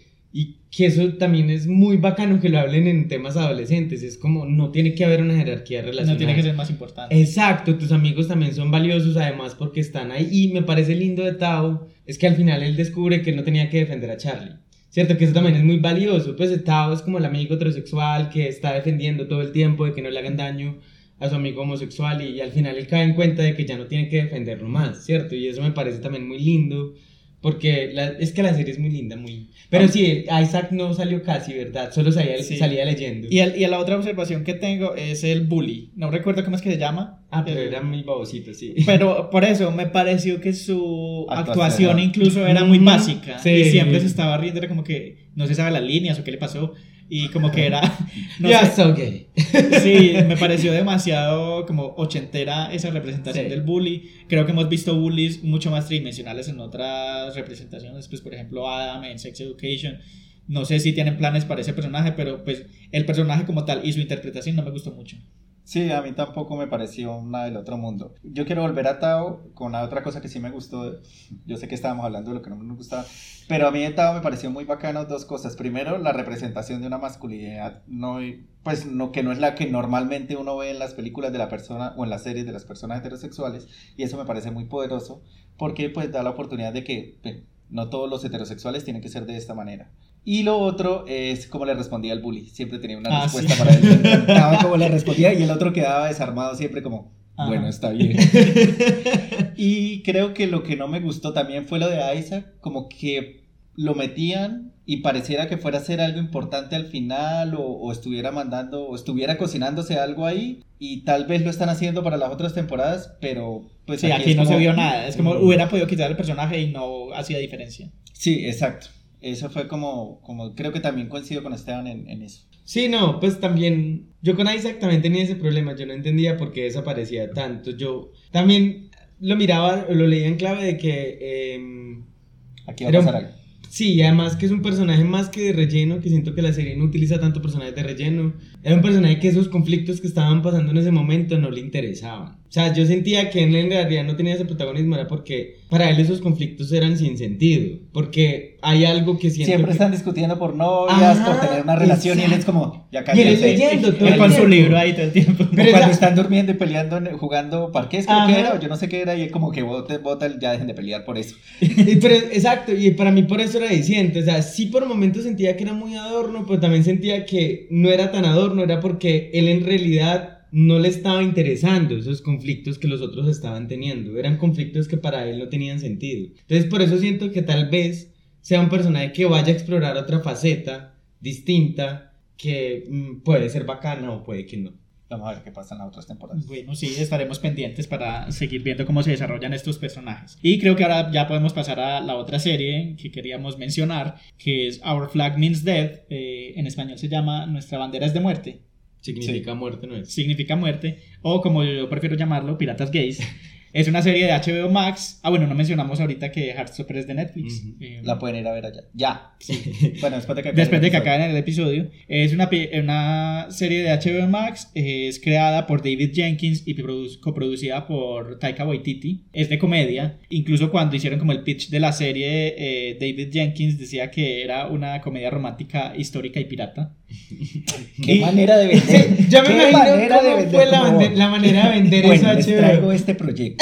y que eso también es muy bacano que lo hablen en temas adolescentes. Es como, no tiene que haber una jerarquía relacional. No tiene que ser más importante. Exacto, tus amigos también son valiosos, además porque están ahí. Y me parece lindo de Tao, es que al final él descubre que él no tenía que defender a Charlie. Cierto, que eso también es muy valioso. Pues Tao es como el amigo heterosexual que está defendiendo todo el tiempo de que no le hagan daño a su amigo homosexual, y al final él cae en cuenta de que ya no tiene que defenderlo más, ¿cierto? Y eso me parece también muy lindo, porque es que la serie es muy linda, muy... Pero sí, Isaac no salió casi, ¿verdad? Solo salía leyendo. Y la otra observación que tengo es el bully. No recuerdo cómo es que se llama. Pero era muy babosito, sí. Pero por eso me pareció que su actuación incluso era muy básica. Sí. Y siempre se estaba riendo, era como que no se sabe las líneas o qué le pasó. Y como que era... No sé. So gay. Sí, me pareció demasiado como ochentera esa representación del bully. Creo que hemos visto bullies mucho más tridimensionales en otras representaciones. Pues por ejemplo Adam en Sex Education. No sé si tienen planes para ese personaje, pero pues el personaje como tal y su interpretación no me gustó mucho. Sí, a mí tampoco me pareció nada del otro mundo. Yo quiero volver a Tao con la otra cosa que sí me gustó. Yo sé que estábamos hablando de lo que no me gustaba, pero a mí de Tao me pareció muy bacano dos cosas. Primero, la representación de una masculinidad que no es la que normalmente uno ve en las películas de la persona o en las series de las personas heterosexuales, y eso me parece muy poderoso porque pues da la oportunidad de que no todos los heterosexuales tienen que ser de esta manera. Y lo otro es cómo le respondía el bully. Siempre tenía una respuesta para él. Me encantaba cómo le respondía y el otro quedaba desarmado siempre como, bueno, está bien. Y creo que lo que no me gustó también fue lo de Isaac, como que lo metían y pareciera que fuera a ser algo importante al final o estuviera mandando o estuviera cocinándose algo ahí, y tal vez lo están haciendo para las otras temporadas, pero pues sí, aquí no se vio nada. Es como hubiera podido quitar el personaje y no hacía diferencia. Sí, exacto. Eso fue como creo que también coincido con Esteban en eso. Sí, no, pues también, yo con Isaac también tenía ese problema, yo no entendía por qué desaparecía tanto. Yo también lo miraba, lo leía en clave de que... aquí va a pasar algo. Sí, y además que es un personaje más que de relleno, que siento que la serie no utiliza tanto personajes de relleno. Era un personaje que esos conflictos que estaban pasando en ese momento no le interesaban. O sea, yo sentía que él en realidad no tenía ese protagonismo, era porque para él esos conflictos eran sin sentido. Porque hay algo que siempre están discutiendo por novias, por tener una relación, exacto. Y él es como, ya cállense. Y él leyendo todo el con su libro ahí todo el tiempo. Pero cuando están durmiendo y peleando, jugando parqués, creo que era, o yo no sé qué era, y él como que bota, ya dejen de pelear por eso. Pero, exacto, y para mí por eso era diciente. O sea, sí por momentos sentía que era muy adorno, pero también sentía que no era tan adorno, era porque él en realidad no le estaba interesando esos conflictos que los otros estaban teniendo. Eran conflictos que para él no tenían sentido. Entonces por eso siento que tal vez sea un personaje que vaya a explorar otra faceta distinta, que puede ser bacana o puede que no. Vamos a ver qué pasa en las otras temporadas. Bueno, sí, estaremos pendientes para seguir viendo cómo se desarrollan estos personajes. Y creo que ahora ya podemos pasar a la otra serie que queríamos mencionar, que es Our Flag Means Death. En español se llama Nuestra bandera es de muerte. Significa muerte, ¿no es? Significa muerte, o como yo prefiero llamarlo, Piratas Gays. Es una serie de HBO Max. Bueno, no mencionamos ahorita que Heartstopper es de Netflix. La pueden ir a ver allá. Ya. Sí. Bueno, después de que acaben el episodio. Es una serie de HBO Max. Es creada por David Jenkins y coproducida por Taika Waititi. Es de comedia. Incluso cuando hicieron como el pitch de la serie, David Jenkins decía que era una comedia romántica histórica y pirata. ¿Qué manera de vender? Yo me imagino cómo fue la manera de vender bueno, eso. Les traigo este proyecto.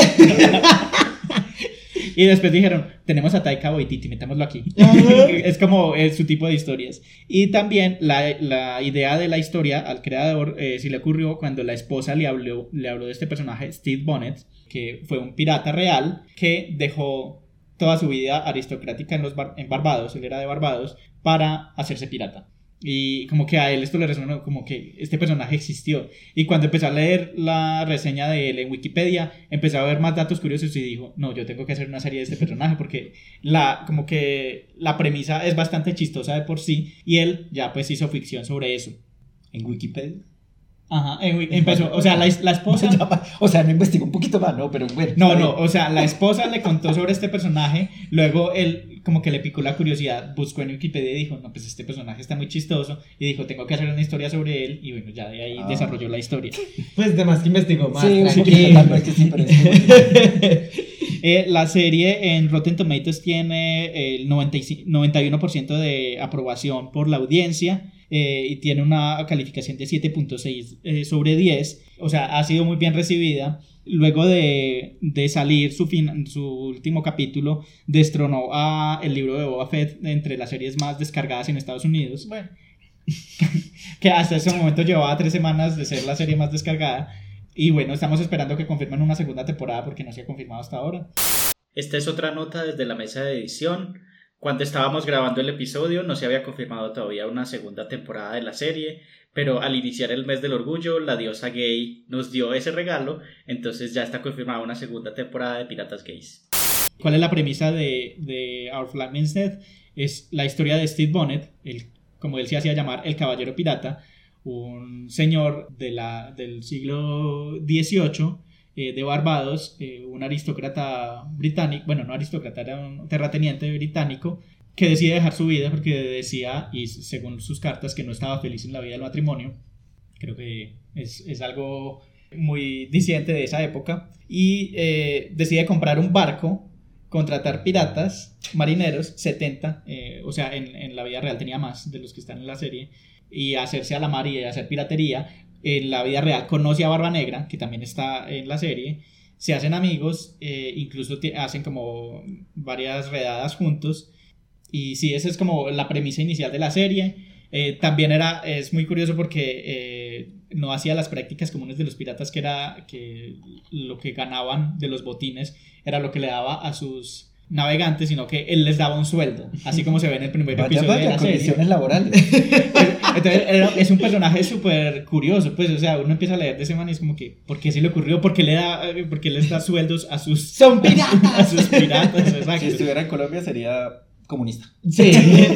Y después dijeron, tenemos a Taika Waititi, metámoslo aquí. Es como su tipo de historias. Y también la idea de la historia al creador sí le ocurrió cuando la esposa le habló de este personaje, Steve Bonnet, que fue un pirata real que dejó toda su vida aristocrática en Barbados, él era de Barbados, para hacerse pirata. Y como que a él esto le resonó, como que este personaje existió. Y cuando empezó a leer la reseña de él en Wikipedia, empezó a ver más datos curiosos y dijo, no, yo tengo que hacer una serie de este personaje porque como que la premisa es bastante chistosa de por sí. Y él ya pues hizo ficción sobre eso. ¿En Wikipedia? Ajá, empezó, o sea, la esposa... O sea, no investigó un poquito más, ¿no? Pero bueno. No, o sea, la esposa le contó sobre este personaje, luego él como que le picó la curiosidad, buscó en Wikipedia y dijo, no, pues este personaje está muy chistoso, y dijo, tengo que hacer una historia sobre él, y bueno, ya de ahí desarrolló la historia. Pues además que investigó más, sí, tranquilo. Sí, pero la serie en Rotten Tomatoes tiene el 91% de aprobación por la audiencia, y tiene una calificación de 7.6 sobre 10, o sea, ha sido muy bien recibida. Luego de salir su último capítulo, destronó a el libro de Boba Fett entre las series más descargadas en Estados Unidos. Bueno, que hasta ese momento llevaba 3 semanas de ser la serie más descargada. Y bueno, estamos esperando que confirmen una segunda temporada porque no se ha confirmado hasta ahora. Esta es otra nota desde la mesa de edición. Cuando estábamos grabando el episodio no se había confirmado todavía una segunda temporada de la serie, pero al iniciar el mes del orgullo, la diosa gay nos dio ese regalo, entonces ya está confirmada una segunda temporada de Piratas Gays. ¿Cuál es la premisa de Our Flag Means Death? Es la historia de Stede Bonnet, como él se hacía llamar, el caballero pirata, un señor del siglo XVIII, de Barbados, un aristócrata británico, bueno, no aristócrata, era un terrateniente británico, que decide dejar su vida porque decía, y según sus cartas, que no estaba feliz en la vida del matrimonio. Creo que es algo muy disidente de esa época, y decide comprar un barco, contratar piratas, marineros, 70, o sea, en la vida real tenía más de los que están en la serie, y hacerse a la mar y hacer piratería. En la vida real conoce a Barba Negra, que también está en la serie, se hacen amigos, incluso hacen como varias redadas juntos, y sí, esa es como la premisa inicial de la serie. También es muy curioso porque no hacía las prácticas comunes de los piratas, que era que lo que ganaban de los botines era lo que le daba a sus navegantes, sino que él les daba un sueldo, así como se ve en el primer episodio de la serie. Condiciones laborales. Entonces es un personaje súper curioso, pues, o sea, uno empieza a leer de ese man y es como que, ¿por qué se le ocurrió? ¿Por qué les da sueldos a sus... ¡Son piratas! A sus piratas, exacto. Si estuviera en Colombia sería comunista. Sí.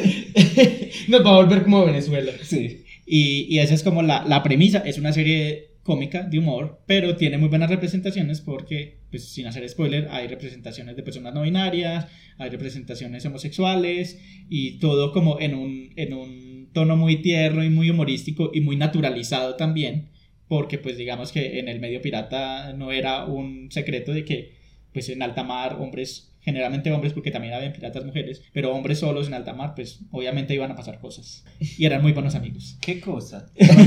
Nos va a volver como Venezuela. Sí. Y esa es como la premisa. Es una serie cómica, de humor, pero tiene muy buenas representaciones porque, pues sin hacer spoiler, hay representaciones de personas no binarias, hay representaciones homosexuales, y todo como en un tono muy tierno y muy humorístico y muy naturalizado también, porque pues digamos que en el medio pirata no era un secreto de que pues en alta mar generalmente hombres, porque también habían piratas mujeres, pero hombres solos en alta mar, pues obviamente iban a pasar cosas y eran muy buenos amigos. ¿Qué cosa?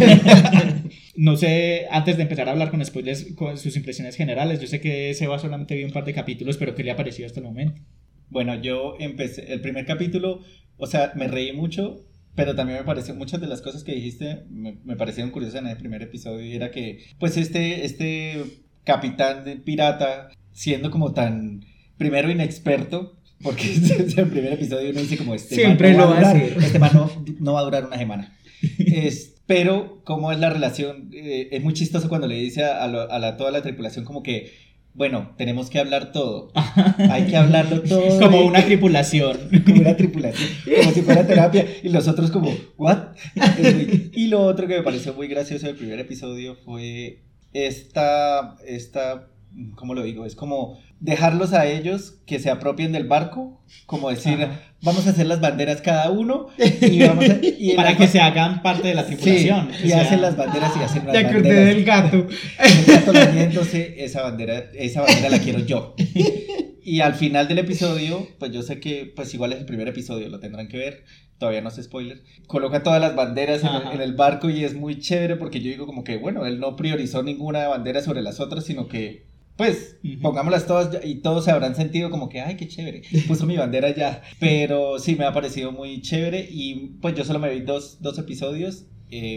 No sé, antes de empezar a hablar con spoilers, con sus impresiones generales, yo sé que Seba solamente vio un par de capítulos, pero ¿qué le ha parecido hasta el momento? Bueno, yo empecé el primer capítulo, o sea, me reí mucho, pero también me pareció, muchas de las cosas que dijiste me parecieron curiosas en el primer episodio, y era que, pues este capitán de pirata, siendo como tan, primero inexperto, porque es el primer episodio y uno dice como siempre man lo va a hacer. Este man no va a durar una semana. Pero cómo es la relación, es muy chistoso cuando le dice a toda la tripulación como que, bueno, tenemos que hablar todo, hay que hablarlo todo. Como una tripulación. Como una tripulación, como si fuera terapia, y los otros como, ¿what? Y lo otro que me pareció muy gracioso del primer episodio fue esta, ¿cómo lo digo? Es como dejarlos a ellos que se apropien del barco, como decir, vamos a hacer las banderas cada uno y para que se hagan parte de la tripulación. Sí, y hacen las banderas y hacen las ya banderas. Ya corté del gato. El gato lamiéndose, esa bandera la quiero yo. Y al final del episodio, pues yo sé que pues igual es el primer episodio, lo tendrán que ver, todavía no es spoiler, coloca todas las banderas en el barco, y es muy chévere porque yo digo como que, bueno, él no priorizó ninguna bandera sobre las otras, sino que pues pongámoslas todas y todos se habrán sentido como que, ay, qué chévere, puso mi bandera ya. Pero sí, me ha parecido muy chévere, y pues yo solo me vi dos episodios,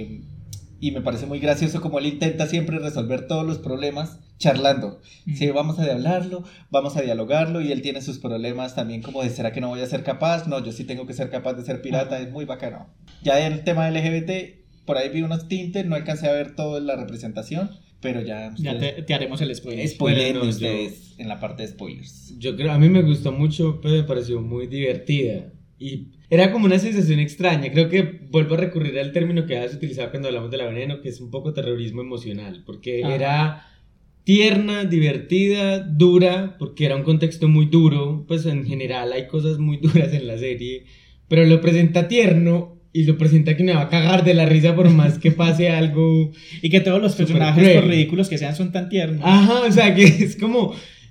y me parece muy gracioso como él intenta siempre resolver todos los problemas charlando. Sí, vamos a hablarlo, vamos a dialogarlo, y él tiene sus problemas también como de, ¿será que no voy a ser capaz? No, yo sí tengo que ser capaz de ser pirata. Es muy bacano. Ya en el tema LGBT, por ahí vi unos tintes, no alcancé a ver toda la representación, pero ya te haremos el spoiler. Spoiler ustedes en la parte de spoilers. Yo creo, a mí me gustó mucho, pero me pareció muy divertida. Y era como una sensación extraña. Creo que vuelvo a recurrir al término que has utilizado cuando hablamos de La Veneno, que es un poco terrorismo emocional, porque era tierna, divertida, dura, porque era un contexto muy duro. Pues en general hay cosas muy duras en la serie, pero lo presenta tierno y lo presenta que me va a cagar de la risa por más que pase algo. Y que todos los personajes, por ridículos que sean, son tan tiernos. Ajá, o sea que es como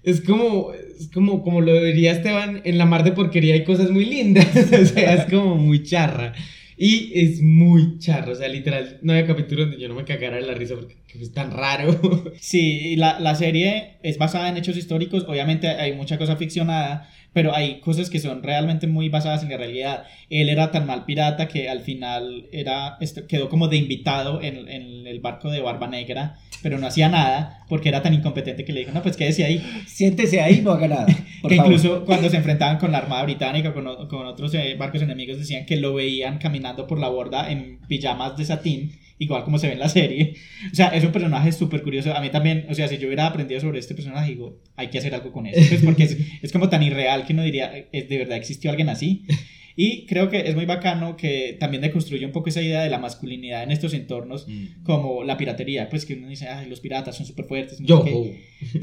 lo diría Esteban, en la mar de porquería hay cosas muy lindas. O sea, es como muy charra. Y es muy charra, o sea, literal, no había capítulo donde yo no me cagara de la risa, porque Es tan raro. Sí, y la serie es basada en hechos históricos, obviamente hay mucha cosa ficcionada, pero hay cosas que son realmente muy basadas en la realidad. Él era tan mal pirata que al final quedó como de invitado en el barco de Barba Negra, pero no hacía nada porque era tan incompetente que le dijo, no, pues quédese ahí. Siéntese ahí, no haga nada. Por Que favor. incluso cuando se enfrentaban con la Armada Británica, con otros barcos enemigos, decían que lo veían caminando por la borda en pijamas de satín, igual como se ve en la serie. O sea, es un personaje súper curioso. A mí también, o sea, si yo hubiera aprendido sobre este personaje, digo, hay que hacer algo con eso, pues porque es como tan irreal que uno diría, ¿de verdad existió alguien así? Y creo que es muy bacano que también deconstruye un poco esa idea de la masculinidad en estos entornos, como la piratería, pues que uno dice, ay, los piratas son súper fuertes, no sé qué.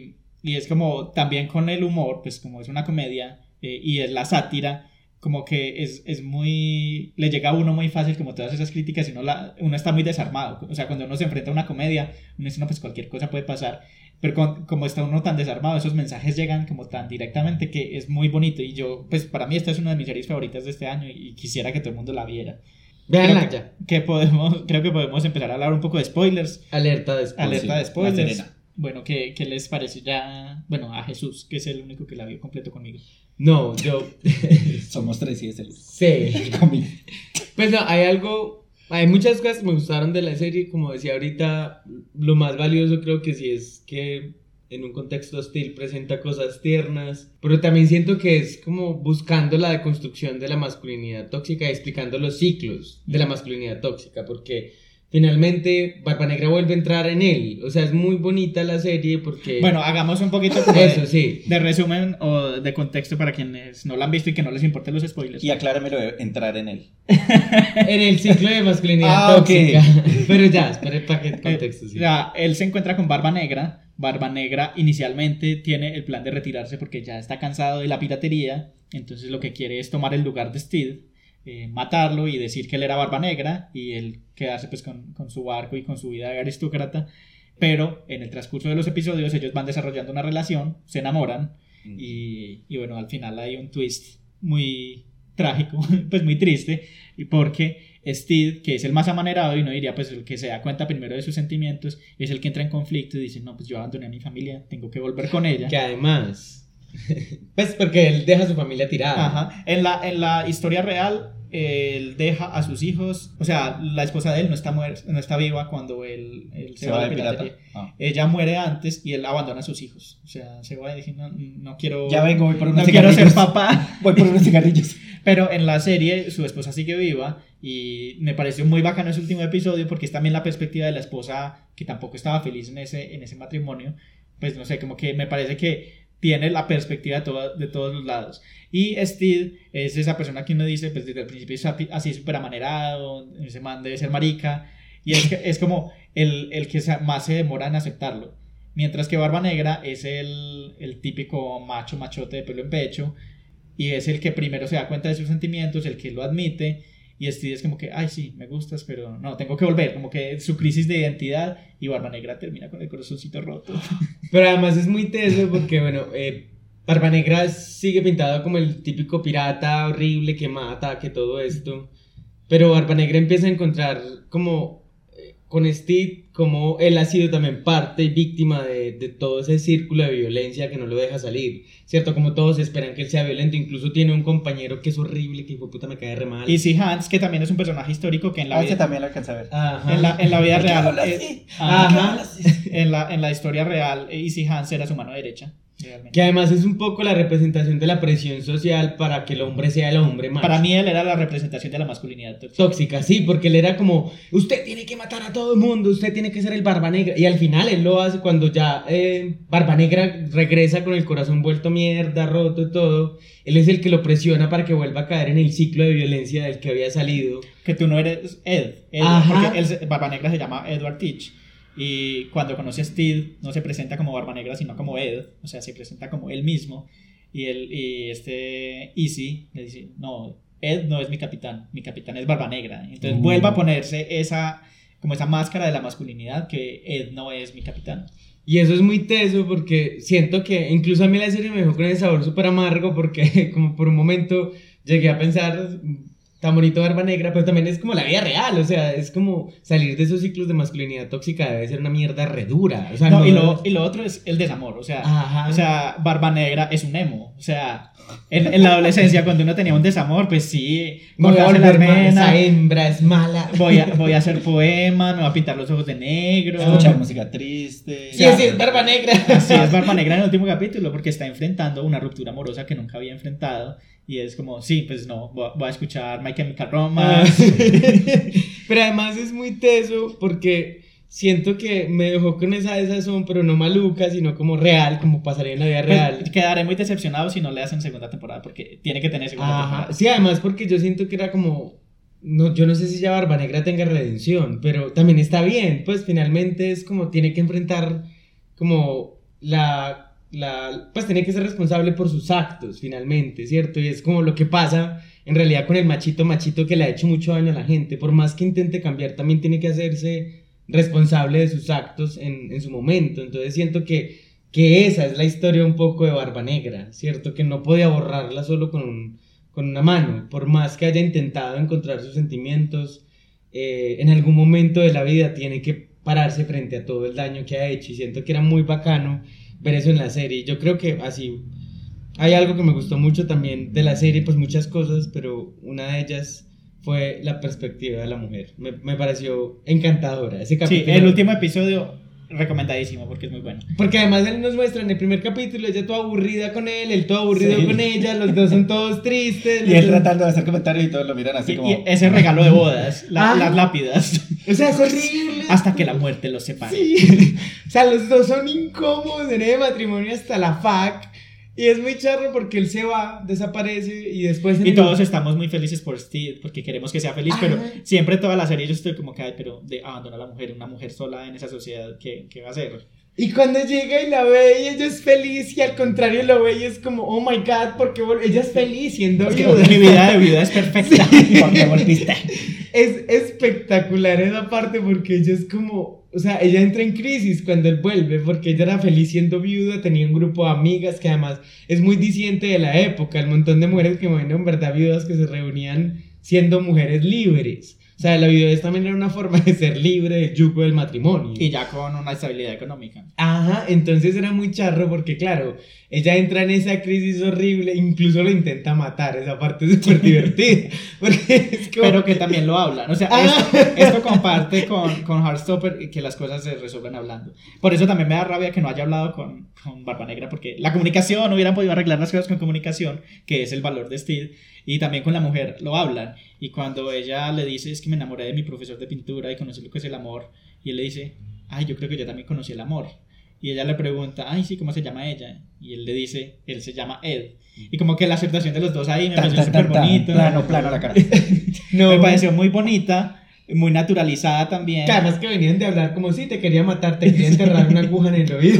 Y es como también con el humor, pues como es una comedia y es la sátira, como que es muy, le llega a uno muy fácil como todas esas críticas y uno está muy desarmado. O sea, cuando uno se enfrenta a una comedia, uno dice, no, pues cualquier cosa puede pasar, pero como está uno tan desarmado, esos mensajes llegan como tan directamente que es muy bonito. Y yo, pues para mí esta es una de mis series favoritas de este año y quisiera que todo el mundo la viera. Véanla ya. Creo que podemos empezar a hablar un poco de spoilers. Alerta de spoilers. Alerta de sí, spoilers. la Serena. Bueno, ¿qué les pareció ya? Bueno, a Jesús, que es el único que la vio completo conmigo. No, yo... Somos 3 y es el Sí. conmigo. Pues no, hay muchas cosas que me gustaron de la serie, como decía ahorita, lo más valioso creo que sí es que en un contexto hostil presenta cosas tiernas, pero también siento que es como buscando la deconstrucción de la masculinidad tóxica y explicando los ciclos de la masculinidad tóxica, porque finalmente Barba Negra vuelve a entrar en él, o sea, es muy bonita la serie porque... Bueno, hagamos un poquito como eso, sí. de resumen o de contexto para quienes no la han visto y que no les importen los spoilers. Y acláramelo de entrar en él. En el ciclo de masculinidad tóxica. Pero ya, espere para qué contexto, sí. Él se encuentra con Barba Negra. Barba Negra inicialmente tiene el plan de retirarse porque ya está cansado de la piratería, entonces lo que quiere es tomar el lugar de Steed, matarlo y decir que él era Barba Negra y él quedarse pues con su barco y con su vida de aristócrata. Pero en el transcurso de los episodios ellos van desarrollando una relación, se enamoran y bueno, al final hay un twist muy trágico, pues muy triste, porque Steed, que es el más amanerado y no diría pues el que se da cuenta primero de sus sentimientos, es el que entra en conflicto y dice, no, pues yo abandoné a mi familia, tengo que volver con ella. Que además, pues porque él deja a su familia tirada. Ajá. En la historia real, él deja a sus hijos, o sea, la esposa de él no está viva cuando él se va de piratería. Ella muere antes y él abandona a sus hijos, o sea, se va y dice, no quiero... Ya vengo, voy por unos no quiero cigarrillos. ser papá. Voy por unos cigarrillos. Pero en la serie su esposa sigue viva y me pareció muy bacano ese último episodio porque es también la perspectiva de la esposa que tampoco estaba feliz en ese matrimonio. Pues no sé, como que me parece que tiene la perspectiva de todos los lados. Y Steed es esa persona que uno dice, pues desde el principio es así súper amanerado, ese man debe ser marica, y es como el que más se demora en aceptarlo. Mientras que Barba Negra es el típico machote de pelo en pecho, y es el que primero se da cuenta de sus sentimientos, el que lo admite, y Steed es como que, ay sí, me gustas, pero no, tengo que volver, como que su crisis de identidad, y Barba Negra termina con el corazoncito roto. Pero además es muy teso porque, bueno, Barba Negra sigue pintado como el típico pirata horrible que mata, que todo esto, pero Barba Negra empieza a encontrar como con Steed, como él ha sido también parte y víctima de todo ese círculo de violencia que no lo deja salir, ¿cierto? Como todos esperan que él sea violento, incluso tiene un compañero que es horrible, que hijo de puta me cae re mal. Easy Hands, que también es un personaje histórico que en la vida... también lo alcanza a ver. Ajá. En la vida real... Ajá. En la historia real, Easy Hands era su mano derecha. Realmente. Que además es un poco la representación de la presión social para que el hombre sea el hombre macho. Para mí él era la representación de la masculinidad tóxica. Tóxica, sí, porque él era como, usted tiene que matar a todo el mundo, usted tiene que ser el Barba Negra. Y al final él lo hace cuando ya Barba Negra regresa con el corazón vuelto mierda, roto y todo. Él es el que lo presiona para que vuelva a caer en el ciclo de violencia del que había salido. Que tú no eres Ed Ajá. porque Barba Negra se llama Edward Teach. Y cuando conoce a Steed no se presenta como Barba Negra sino como Ed, o sea, se presenta como él mismo. Y Easy le dice, no, Ed no es mi capitán es Barba Negra. Entonces vuelve a ponerse esa máscara de la masculinidad, que Ed no es mi capitán. Y eso es muy teso porque siento que incluso a mí la serie me dejó con el sabor súper amargo porque como por un momento llegué a pensar, tan bonito Barba Negra, pero también es como la vida real, o sea, es como salir de esos ciclos de masculinidad tóxica debe ser una mierda redura, o sea, no, y lo otro es el desamor, o sea, ajá. O sea, Barba Negra es un emo, o sea, en la adolescencia cuando uno tenía un desamor, pues sí, voy a cortarse las volver venas, esa hembra es mala. voy a hacer poemas, me voy a pintar los ojos de negro, Escuchar música triste. Sí, sí, es Barba Negra. Así es Barba Negra en el último capítulo, porque está enfrentando una ruptura amorosa que nunca había enfrentado. Y es como, sí, pues no, voy a escuchar My Chemical Romance. Pero además es muy teso porque siento que me dejó con esa desazón, pero no maluca, sino como real, como pasaría en la vida real. Pues quedaré muy decepcionado si no le hacen segunda temporada, porque tiene que tener segunda temporada. Sí, además porque yo siento que era como... No, yo no sé si ya Barba Negra tenga redención, pero también está bien, pues finalmente es como tiene que enfrentar como pues tiene que ser responsable por sus actos finalmente, ¿cierto? Y es como lo que pasa en realidad con el machito que le ha hecho mucho daño a la gente, por más que intente cambiar también tiene que hacerse responsable de sus actos en su momento. Entonces siento que esa es la historia un poco de Barba Negra, ¿cierto? Que no podía borrarla solo con una mano, por más que haya intentado encontrar sus sentimientos, en algún momento de la vida tiene que pararse frente a todo el daño que ha hecho, y siento que era muy bacano ver eso en la serie. Yo creo que así hay algo que me gustó mucho también de la serie, pues muchas cosas, pero una de ellas fue la perspectiva de la mujer. Me pareció encantadora ese capítulo. Sí, el último episodio recomendadísimo porque es muy bueno. Porque además él nos muestra en el primer capítulo ella toda aburrida con él todo aburrido con ella, los dos son todos tristes. Y él tratando de hacer comentarios y todos lo miran así como... Y ese regalo de bodas, las lápidas. O sea, es horrible. Hasta que la muerte los separe. Sí. O sea, los dos son incómodos en el matrimonio hasta la fac. Y es muy charro porque él se va, desaparece y después... Y todos estamos muy felices por Steve porque queremos que sea feliz, pero siempre toda la serie yo estoy como que, ay, pero abandona a la mujer, una mujer sola en esa sociedad, ¿qué va a hacer? Y cuando llega y la ve y ella es feliz y al contrario lo ve y es como, oh my god, porque ella es feliz siendo viuda. Mi vida de viuda es perfecta. Sí. Porque volviste. Es espectacular esa parte porque ella es como... O sea, ella entra en crisis cuando él vuelve porque ella era feliz siendo viuda, tenía un grupo de amigas que además es muy diciente de la época, el montón de mujeres que bueno, en verdad viudas que se reunían siendo mujeres libres. O sea, la viudez también era una forma de ser libre del yugo del matrimonio. Y ya con una estabilidad económica. Ajá, entonces era muy charro porque claro, ella entra en esa crisis horrible, incluso lo intenta matar, esa parte es súper divertida. Porque es como... Pero que también lo hablan, o sea, esto comparte con Heartstopper que las cosas se resuelven hablando. Por eso también me da rabia que no haya hablado con Barba Negra, porque la comunicación, hubieran podido arreglar las cosas con comunicación, que es el valor de Steve, y también con la mujer lo hablan. Y cuando ella le dice, es que me enamoré de mi profesor de pintura y conocí lo que es el amor, y él le dice, ay, yo creo que yo también conocí el amor. Y ella le pregunta, ay, sí, ¿cómo se llama ella? Y él le dice, él se llama Ed. Y como que la aceptación de los dos ahí me pareció súper bonito. Plano la cara. No, me pareció muy bonita, muy naturalizada también. Que además que venían de hablar como si te quería matar, te quería enterrar una aguja en el oído.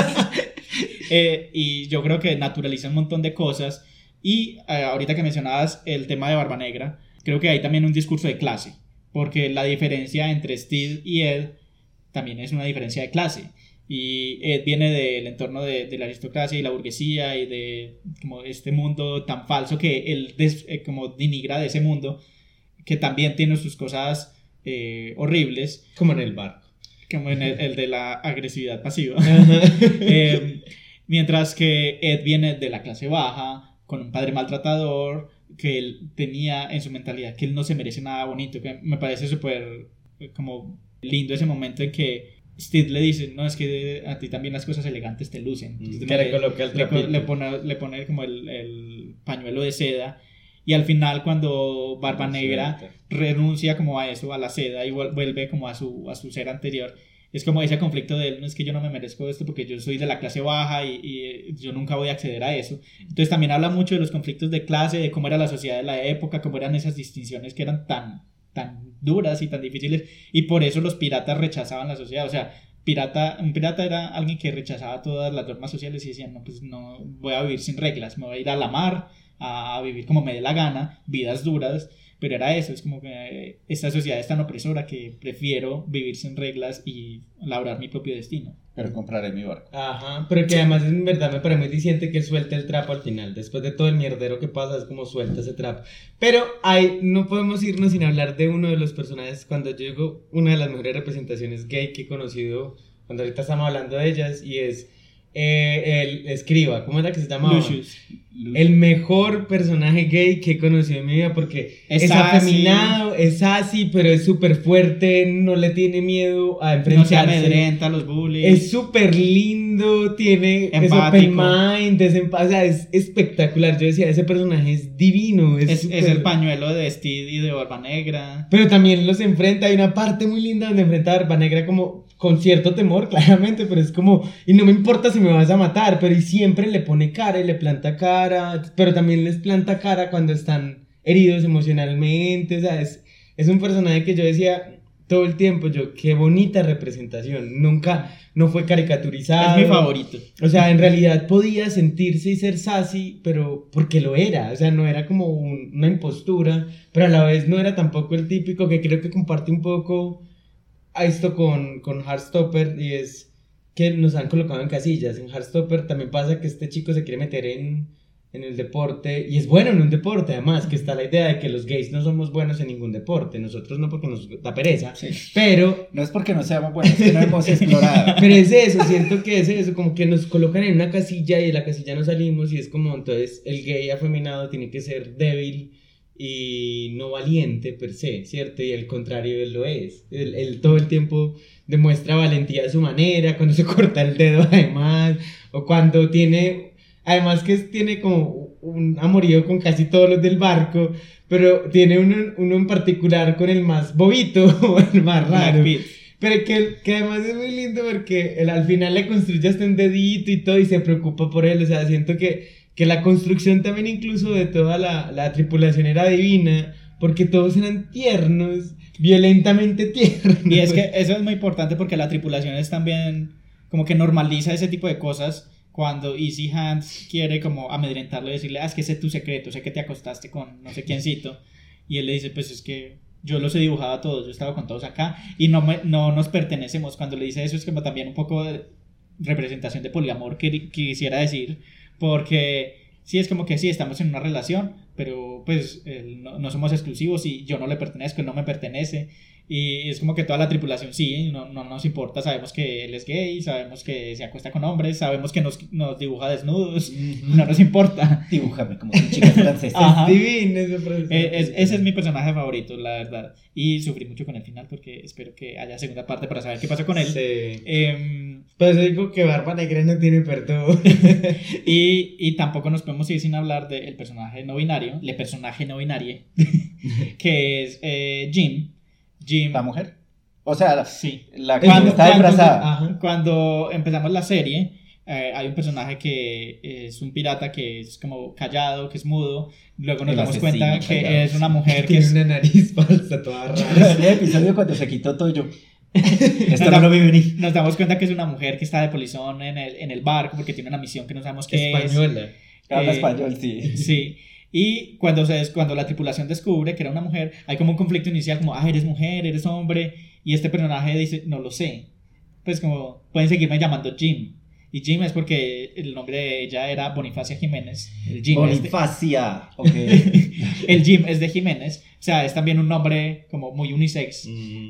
Y yo creo que naturaliza un montón de cosas. Y ahorita que mencionabas el tema de Barba Negra, creo que hay también un discurso de clase, porque la diferencia entre Steve y Ed también es una diferencia de clase. Y Ed viene del entorno de la aristocracia y la burguesía y de como este mundo tan falso que él como denigra de ese mundo, que también tiene sus cosas horribles. Como en el barco. Como en el de la agresividad pasiva. Mientras que Ed viene de la clase baja, con un padre maltratador, que él tenía en su mentalidad que él no se merece nada bonito, que me parece súper como lindo ese momento en que Steve le dice, no, es que a ti también las cosas elegantes te lucen. Entonces, que le coloca el trapito. Le pone como el pañuelo de seda, y al final cuando Barba Negra renuncia como a eso, a la seda, y vuelve como a su ser anterior, es como ese conflicto de él, no es que yo no me merezco esto porque yo soy de la clase baja y yo nunca voy a acceder a eso. Entonces también habla mucho de los conflictos de clase, de cómo era la sociedad de la época, cómo eran esas distinciones que eran tan duras y tan difíciles, y por eso los piratas rechazaban la sociedad. O sea, un pirata era alguien que rechazaba todas las normas sociales y decían, no, pues no voy a vivir sin reglas, me voy a ir a la mar a vivir como me dé la gana, vidas duras, pero era eso, es como que esta sociedad es tan opresora que prefiero vivir sin reglas y labrar mi propio destino. Pero compraré mi barco. Ajá, pero que además en verdad me parece muy diciente que él suelte el trapo al final, después de todo el mierdero que pasa es como suelta ese trapo. Pero no podemos irnos sin hablar de uno de los personajes, cuando yo digo una de las mejores representaciones gay que he conocido, cuando ahorita estamos hablando de ellas, y es el escriba, ¿cómo era que se llamaba? Lucius. El mejor personaje gay que he conocido en mi vida, porque es afeminado, es así, pero es súper fuerte, no le tiene miedo a enfrentarse. No se amedrenta a los bullies. Es súper lindo, tiene es open mind, o sea, es espectacular. Yo decía, ese personaje es divino. Es el pañuelo de Steed y de Barba Negra. Pero también los enfrenta, hay una parte muy linda donde enfrenta a Barba Negra como con cierto temor, claramente, pero es como, y no me importa si me vas a matar, pero y siempre le pone cara y le planta cara, pero también les planta cara cuando están heridos emocionalmente, o sea, es un personaje que yo decía todo el tiempo, qué bonita representación, nunca, no fue caricaturizado. Es mi favorito. O sea, en realidad podía sentirse y ser sassy, pero porque lo era, o sea, no era como una impostura, pero a la vez no era tampoco el típico que creo que comparte un poco a esto con Heartstopper, y es que nos han colocado en casillas. En Heartstopper también pasa que este chico se quiere meter en el deporte, y es bueno en un deporte, además, que está la idea de que los gays no somos buenos en ningún deporte, nosotros no, porque nos da pereza, sí. Pero... No es porque no seamos buenos, es que no hemos explorado. Pero es eso, siento que es eso, como que nos colocan en una casilla y de la casilla no salimos, y es como, entonces, el gay afeminado tiene que ser débil y no valiente per se, ¿cierto? Y al contrario, él lo es. Él todo el tiempo demuestra valentía de su manera, cuando se corta el dedo además, o cuando tiene, además que tiene como un amorío con casi todos los del barco, pero tiene uno en particular con el más bobito, o el más raro. Pero que además es muy lindo porque él al final le construye hasta un dedito y todo y se preocupa por él, o sea, siento que la construcción también incluso de toda la tripulación era divina, porque todos eran tiernos, violentamente tiernos. Y es que eso es muy importante porque la tripulación es también como que normaliza ese tipo de cosas. Cuando Easy Hands quiere como amedrentarlo y decirle, es que ese es tu secreto, sé que te acostaste con no sé quiéncito, y él le dice, pues es que yo los he dibujado a todos, yo estaba con todos acá y no nos pertenecemos. Cuando le dice eso es como también un poco de representación de poliamor que quisiera decir, porque sí es como que sí, estamos en una relación, pero pues no somos exclusivos y yo no le pertenezco, él no me pertenece, y es como que toda la tripulación sí, no nos importa, sabemos que él es gay, sabemos que se acuesta con hombres, sabemos que nos dibuja desnudos, no nos importa. Dibújame como un chico francés. Divino ese es mi personaje favorito, la verdad, y sufrí mucho con el final porque espero que haya segunda parte para saber qué pasa con él. Sí. Pues digo que Barba Negra no tiene perdón. y tampoco nos podemos ir sin hablar del personaje no binario, que es Jim. ¿La mujer? O sea, sí. La que está embarazada. Cuando empezamos la serie, hay un personaje que es un pirata que es como callado, que es mudo. Luego nos damos cuenta que es una mujer que tiene una nariz falsa toda rara. El episodio cuando se quitó todo yo. Esto no lo vi venir. Nos damos cuenta que es una mujer que está de polizón en el barco porque tiene una misión que no sabemos qué es. Española. Habla español, sí. Sí. Y cuando la tripulación descubre que era una mujer, hay como un conflicto inicial, como, eres mujer, eres hombre, y este personaje dice, no lo sé. Pues como, pueden seguirme llamando Jim. Y Jim es porque el nombre de ella era Bonifacia Jiménez. El Jim Bonifacia, ok. El Jim es de Jiménez, o sea, es también un nombre como muy unisex.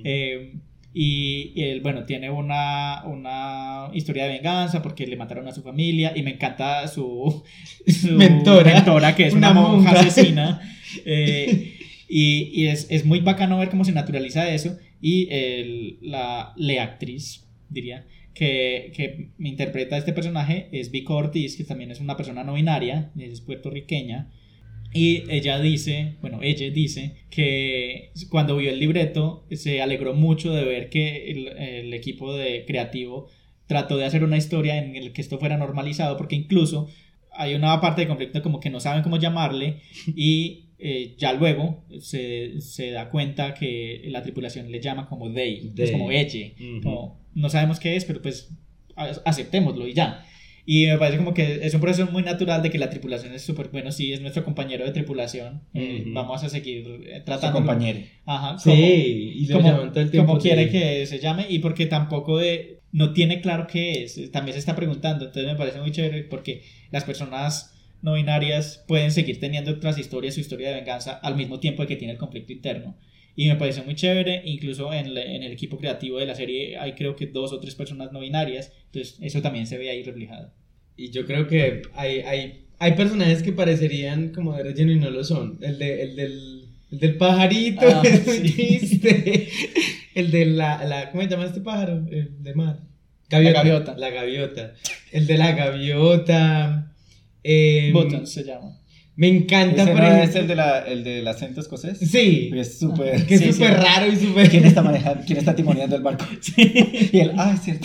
Y él, bueno, tiene una historia de venganza porque le mataron a su familia, y me encanta su mentora, que es una monja asesina. Y es muy bacano ver cómo se naturaliza eso. Y la actriz, diría, que me interpreta este personaje es Vico Ortiz, que también es una persona no binaria, es puertorriqueña. Y ella dice que cuando vio el libreto se alegró mucho de ver que el equipo creativo trató de hacer una historia en la que esto fuera normalizado, porque incluso hay una parte de conflicto como que no saben cómo llamarle, y ya luego se da cuenta que la tripulación le llama como they. Es como ella, como, no sabemos qué es, pero pues aceptémoslo y ya. Y me parece como que es un proceso muy natural de que la tripulación es súper bueno, sí, es nuestro compañero de tripulación. Vamos a seguir tratando. Compañero. Ajá. Sí, y lo llaman todo el tiempo. Como quiere sí. que se llame, y porque tampoco no tiene claro qué es, también se está preguntando. Entonces me parece muy chévere porque las personas no binarias pueden seguir teniendo otras historias, su historia de venganza, al mismo tiempo que tiene el conflicto interno. Y me parece muy chévere, incluso en el equipo creativo de la serie hay creo que 2 o 3 personas no binarias, entonces eso también se ve ahí reflejado. Y yo creo que hay personajes que parecerían como de relleno y no lo son. El del pajarito es un chiste. El de ¿cómo se llama este pájaro? El de mar. Gaviota. La gaviota. El de la gaviota. Buttons se llama. Me encanta, ¿Ese por no ejemplo. es el del acento escocés? Sí. Es súper... Que es Sí, súper sí. raro y súper... ¿Quién está manejando? ¿Quién está timoneando el barco? Y él, es cierto.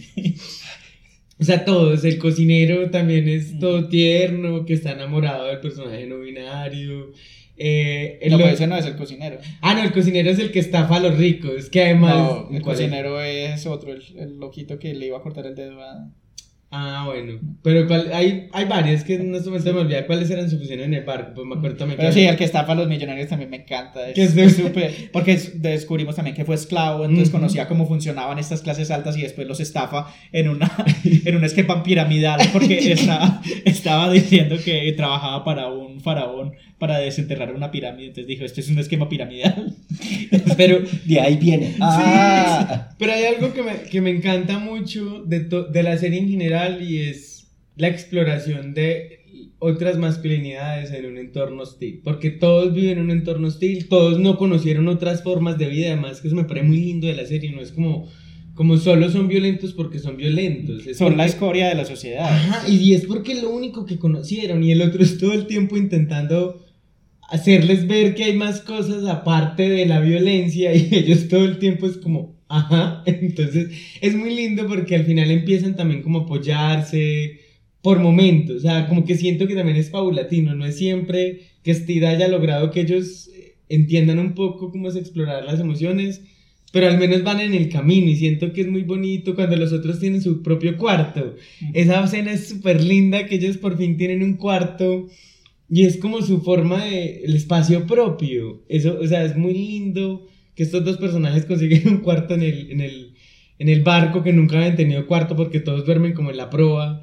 O sea, todos. El cocinero también es todo tierno, que está enamorado del personaje no binario. No, pues ese no es el cocinero. No, el cocinero es el que estafa a los ricos. Que además. No, el ¿cuál es? cocinero es otro, el loquito que le iba a cortar el dedo a... Bueno. Pero hay varios que en este momento me olvidé cuáles eran su función en el barco. Pues me acuerdo también. Pero sí, el que estafa a los millonarios también me encanta. Que es súper. Porque descubrimos también que fue esclavo, entonces conocía cómo funcionaban estas clases altas y después los estafa en un esquema piramidal porque estaba diciendo que trabajaba para un faraón para desenterrar una pirámide. Entonces dijo: esto es un esquema piramidal. Pero De ahí viene. sí, pero hay algo que me encanta mucho de la serie en general y es la exploración de otras masculinidades en un entorno hostil, porque todos viven en un entorno hostil, todos no conocieron otras formas de vida, además que eso me parece muy lindo de la serie, no es como solo son violentos porque son violentos, Son la escoria de la sociedad. Ajá, y es porque es lo único que conocieron y el otro es todo el tiempo intentando hacerles ver que hay más cosas aparte de la violencia y ellos todo el tiempo es como, entonces es muy lindo porque al final empiezan también como a apoyarse por momentos, o sea, como que siento que también es paulatino, no es siempre que Steed haya logrado que ellos entiendan un poco cómo es explorar las emociones, pero al menos van en el camino y siento que es muy bonito cuando los otros tienen su propio cuarto. Esa escena es súper linda que ellos por fin tienen un cuarto. Y es como su forma el espacio propio. Eso, o sea, es muy lindo que estos dos personajes consiguen un cuarto en el barco, que nunca habían tenido cuarto porque todos duermen como en la proa.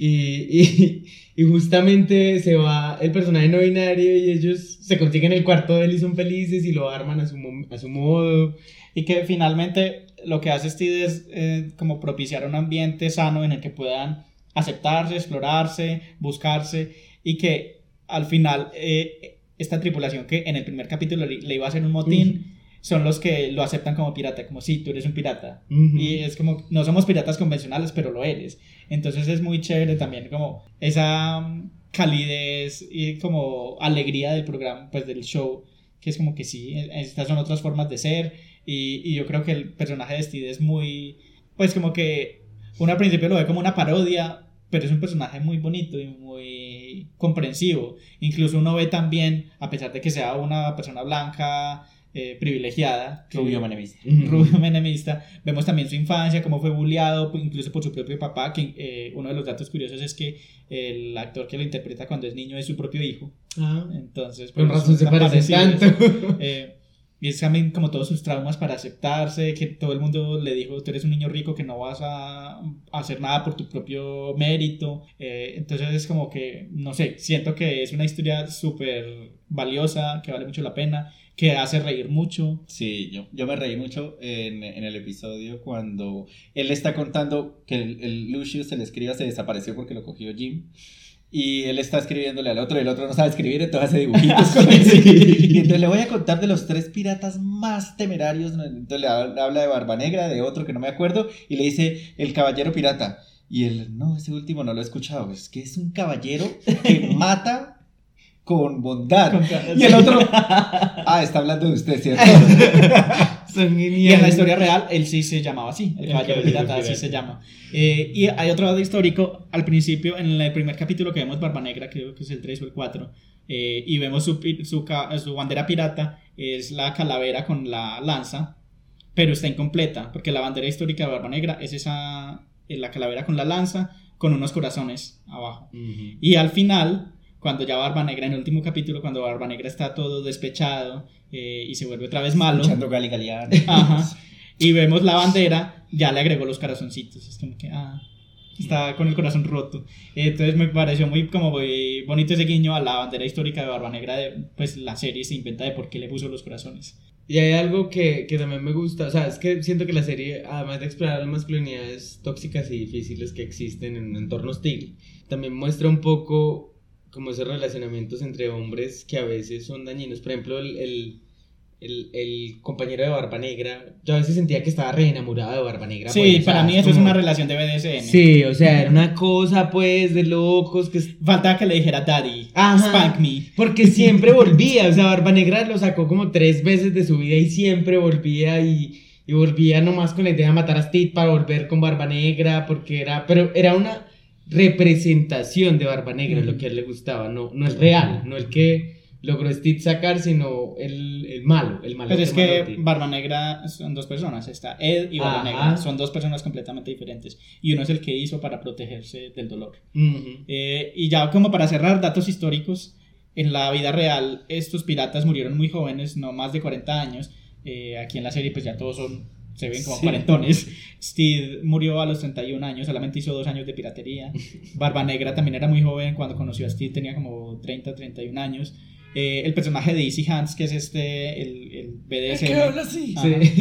Y justamente se va el personaje no binario y ellos se consiguen el cuarto de él y son felices y lo arman a su modo. Y que finalmente lo que hace Steed es como propiciar un ambiente sano en el que puedan aceptarse, explorarse, buscarse, y que al final esta tripulación que en el primer capítulo le iba a hacer un motín, son los que lo aceptan como pirata, como sí, tú eres un pirata. Y es como, no somos piratas convencionales, pero lo eres. Entonces es muy chévere también como esa calidez y como alegría del programa, pues del show, que es como que sí, estas son otras formas de ser. Y yo creo que el personaje de Steed es muy, pues como que uno al principio lo ve como una parodia, pero es un personaje muy bonito y muy comprensivo. Incluso uno ve también, a pesar de que sea una persona blanca, privilegiada, Rubio menemista, vemos también su infancia, cómo fue bulleado incluso por su propio papá, que uno de los datos curiosos es que el actor que lo interpreta cuando es niño es su propio hijo. Entonces, con razón se parece tanto. Y es también como todos sus traumas para aceptarse, que todo el mundo le dijo: tú eres un niño rico que no vas a hacer nada por tu propio mérito. Entonces es como que, no sé, siento que es una historia súper valiosa, que vale mucho la pena, que hace reír mucho. Sí, yo me reí mucho en el episodio cuando él está contando que el Lucius, el escriba, se desapareció porque lo cogió Jim. Y él está escribiéndole al otro y el otro no sabe escribir, entonces hace dibujitos con él. Y entonces le voy a contar de los 3 piratas más temerarios. Entonces le habla de Barba Negra, de otro que no me acuerdo, y le dice el caballero pirata. Y él, no, ese último no lo he escuchado. Es que es un caballero que mata con bondad. Y el otro, está hablando de usted, ¿cierto? Son geniales. Y en la historia real, él sí se llamaba así, el caballero pirata, así se llama. Y hay otro dato histórico, al principio, en el primer capítulo que vemos Barba Negra, creo que es el 3 o el 4, y vemos su bandera pirata, es la calavera con la lanza, pero está incompleta, porque la bandera histórica de Barba Negra es la calavera con la lanza, con unos corazones abajo. Y al final, cuando ya Barba Negra, en el último capítulo, cuando Barba Negra está todo despechado y se vuelve otra vez malo, echando Gali Galiano. ajá, y vemos la bandera, ya le agregó los corazoncitos. Es como que, está con el corazón roto. Entonces me pareció muy bonito ese guiño a la bandera histórica de Barba Negra. Pues la serie se inventa de por qué le puso los corazones. Y hay algo que también me gusta, o sea, es que siento que la serie, además de explorar las masculinidades tóxicas y difíciles que existen en un entorno hostil, también muestra un poco como esos relacionamientos entre hombres que a veces son dañinos. Por ejemplo, el compañero de Barba Negra, yo a veces sentía que estaba re enamorado de Barba Negra. Sí, pues, para mí eso como... es una relación de BDSM. Sí, o sea, era una cosa pues de locos que... Faltaba que le dijera daddy, spank me. Porque siempre volvía, o sea, Barba Negra lo sacó como 3 veces de su vida y siempre volvía y volvía nomás con la idea de matar a Steve para volver con Barba Negra, pero era una representación de Barba Negra, lo que a él le gustaba, no es real, no el que logró Steve sacar, sino el malo. Pero es que Barba Negra son 2 personas, está Ed y Barba Negra, son 2 personas completamente diferentes, y uno es el que hizo para protegerse del dolor. Y ya como para cerrar, datos históricos. En la vida real estos piratas murieron muy jóvenes, no más de 40 años. Aquí en la serie pues ya todos se ven como cuarentones. Steve murió a los 31 años, solamente hizo 2 años de piratería. Barba Negra también era muy joven, cuando conoció a Steve tenía como 31 años. El personaje de Easy Hands, que es el BDSM, ¿qué habla así?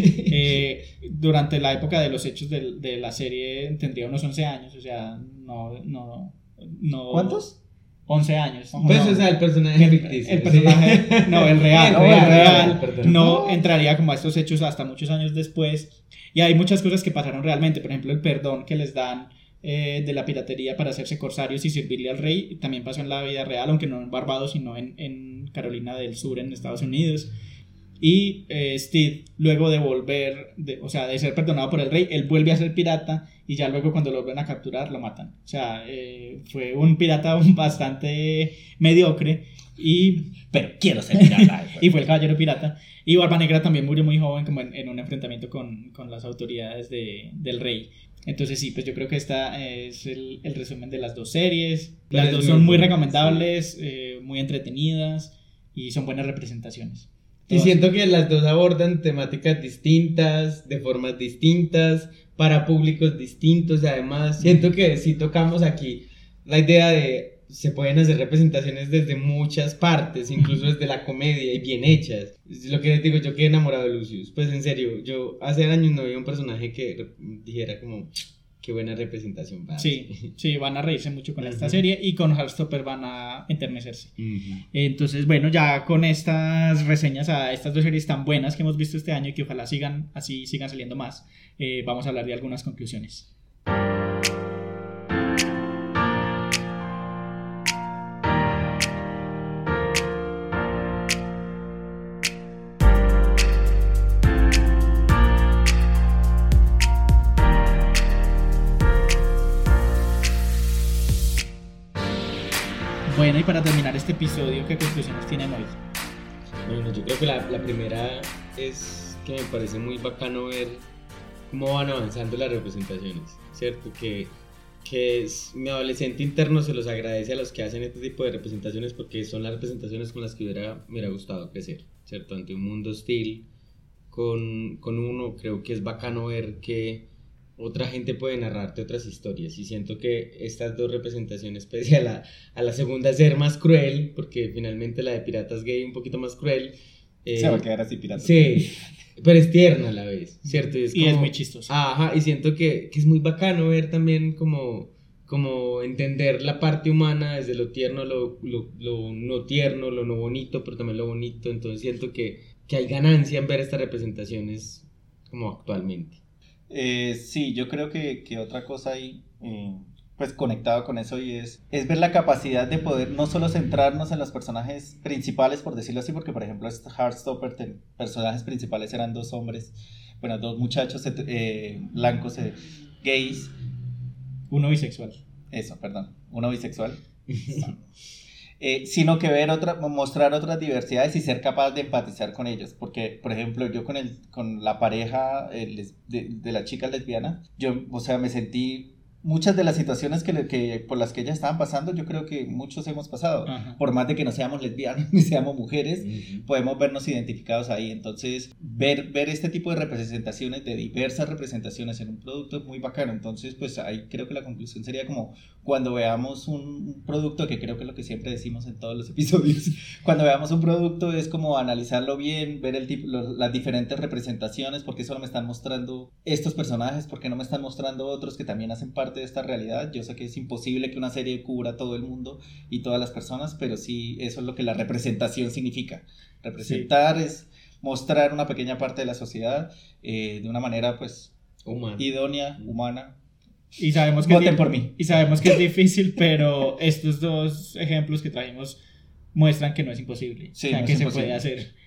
durante la época de los hechos de la serie tendría unos 11 años, o sea, no ¿Cuántos? 11 años. Pues, o sea, el personaje ficticio. El personaje, no, el real, perdón. no entraría como a estos hechos hasta muchos años después. Y hay muchas cosas que pasaron realmente, por ejemplo, el perdón que les dan de la piratería para hacerse corsarios y servirle al rey, también pasó en la vida real, aunque no en Barbados, sino en Carolina del Sur, en Estados Unidos. Y Steve, luego de volver, de ser perdonado por el rey, él vuelve a ser pirata, y ya luego cuando lo vuelven a capturar lo matan. O sea, fue un pirata bastante mediocre, pero quiero ser pirata. y fue el caballero pirata. Y Barba Negra también murió muy joven, como en un enfrentamiento con las autoridades del rey. Entonces sí, pues yo creo que esta es el resumen de las 2 series. Las 2 son muy recomendables, muy entretenidas, y son buenas representaciones. Y siento que las 2 abordan temáticas distintas, de formas distintas, para públicos distintos. Y además siento que sí tocamos aquí la idea de se pueden hacer representaciones desde muchas partes, incluso desde la comedia, y bien hechas. Es lo que les digo, yo quedé enamorado de Lucius. Pues en serio, yo hace años no veía un personaje que dijera como qué buena representación. Sí, van a reírse mucho con esta serie, y con Heartstopper van a enternecerse. Entonces, bueno, ya con estas reseñas a estas 2 series tan buenas que hemos visto este año, y que ojalá sigan saliendo más, vamos a hablar de algunas conclusiones. Bueno, y para terminar este episodio, ¿qué conclusiones tienen hoy? Bueno, yo creo que la primera es que me parece muy bacano ver cómo van avanzando las representaciones, ¿cierto? Que mi adolescente interno se los agradece a los que hacen este tipo de representaciones, porque son las representaciones con las que me hubiera gustado crecer, ¿cierto? Ante un mundo hostil, con uno, creo que es bacano ver que otra gente puede narrarte otras historias, y siento que estas 2 representaciones, pese a la segunda ser más cruel, porque finalmente la de Piratas Gay un poquito más cruel, se va a quedar así pirata. Sí, pero es tierna a la vez, ¿cierto? Y es muy chistoso. Ajá, y siento que es muy bacano ver también como entender la parte humana desde lo tierno, lo no tierno, lo no bonito, pero también lo bonito. Entonces siento que hay ganancia en ver estas representaciones como actualmente. Sí, yo creo que otra cosa ahí, pues conectado con eso, y es ver la capacidad de poder no solo centrarnos en los personajes principales, por decirlo así, porque por ejemplo Heartstopper, personajes principales eran 2 hombres, bueno, 2 muchachos blancos, gays. Uno bisexual. Uno bisexual. Sino que mostrar otras diversidades y ser capaz de empatizar con ellos, porque por ejemplo yo con la pareja de la chica lesbiana, yo, o sea, me sentí muchas de las situaciones por las que ellas estaban pasando, yo creo que muchos hemos pasado. Ajá. Por más de que no seamos lesbianas ni seamos mujeres, podemos vernos identificados ahí. Entonces, ver este tipo de representaciones, de diversas representaciones en un producto es muy bacano. Entonces, pues ahí creo que la conclusión sería como cuando veamos un producto, que creo que es lo que siempre decimos en todos los episodios, cuando veamos un producto es como analizarlo bien, ver las diferentes representaciones, porque solo me están mostrando estos personajes, porque no me están mostrando otros que también hacen parte de esta realidad. Yo sé que es imposible que una serie cubra todo el mundo y todas las personas, pero sí, eso es lo que la representación significa. Representar es mostrar una pequeña parte de la sociedad de una manera pues idónea, humana. Y sabemos que voten por mí. Y sabemos que es difícil, pero estos dos ejemplos que trajimos muestran que no es imposible, sí, o sea, no que es se imposible. puede hacer.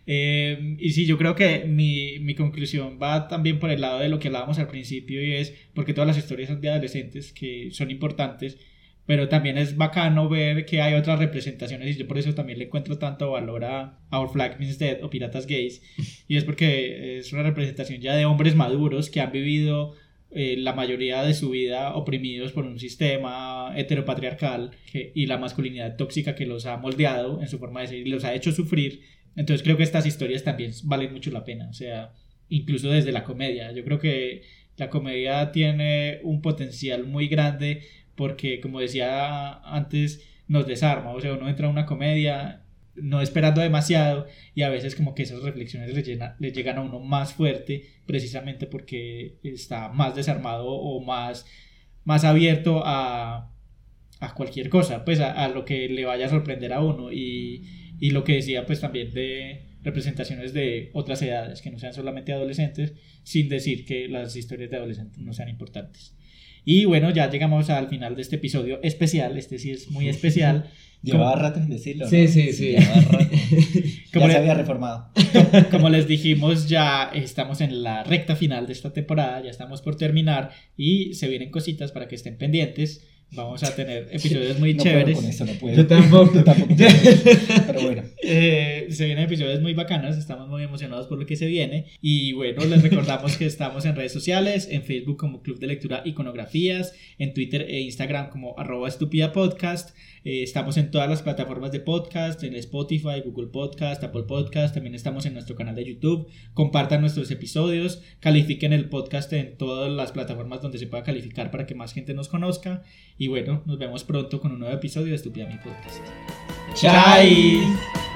Y sí, yo creo que mi conclusión va también por el lado de lo que hablábamos al principio, y es porque todas las historias son de adolescentes que son importantes, pero también es bacano ver que hay otras representaciones, y yo por eso también le encuentro tanto valor a Our Flag Means Dead o Piratas Gays, y es porque es una representación ya de hombres maduros que han vivido la mayoría de su vida oprimidos por un sistema heteropatriarcal y la masculinidad tóxica que los ha moldeado en su forma de ser y los ha hecho sufrir. Entonces creo que estas historias también valen mucho la pena, o sea, incluso desde la comedia. Yo creo que la comedia tiene un potencial muy grande porque, como decía antes, nos desarma. O sea, uno entra a una comedia no esperando demasiado y a veces como que esas reflexiones le llegan a uno más fuerte, precisamente porque está más desarmado o más abierto a cualquier cosa, pues a lo que le vaya a sorprender a uno. Y lo que decía pues también de representaciones de otras edades, que no sean solamente adolescentes, sin decir que las historias de adolescentes no sean importantes. Y bueno, ya llegamos al final de este episodio especial. Este sí es muy especial. Llevaba rato sin decirlo, ¿no? Sí. Ya se había reformado. Como les dijimos, ya estamos en la recta final de esta temporada, ya estamos por terminar y se vienen cositas para que estén pendientes. Vamos a tener episodios muy chéveres. Con eso no puedo. Yo tampoco. Pero bueno. Se vienen episodios muy bacanos, estamos muy emocionados por lo que se viene. Y bueno, les recordamos que estamos en redes sociales, en Facebook como Club de Lectura Iconografías, en Twitter e Instagram como @estupidapodcast. Estamos en todas las plataformas de podcast, en Spotify, Google Podcast, Apple Podcast. También estamos en nuestro canal de YouTube. Compartan nuestros episodios, califiquen el podcast en todas las plataformas donde se pueda calificar para que más gente nos conozca. Y bueno, nos vemos pronto con un nuevo episodio de Estúpida Mi Podcast. ¡Chai!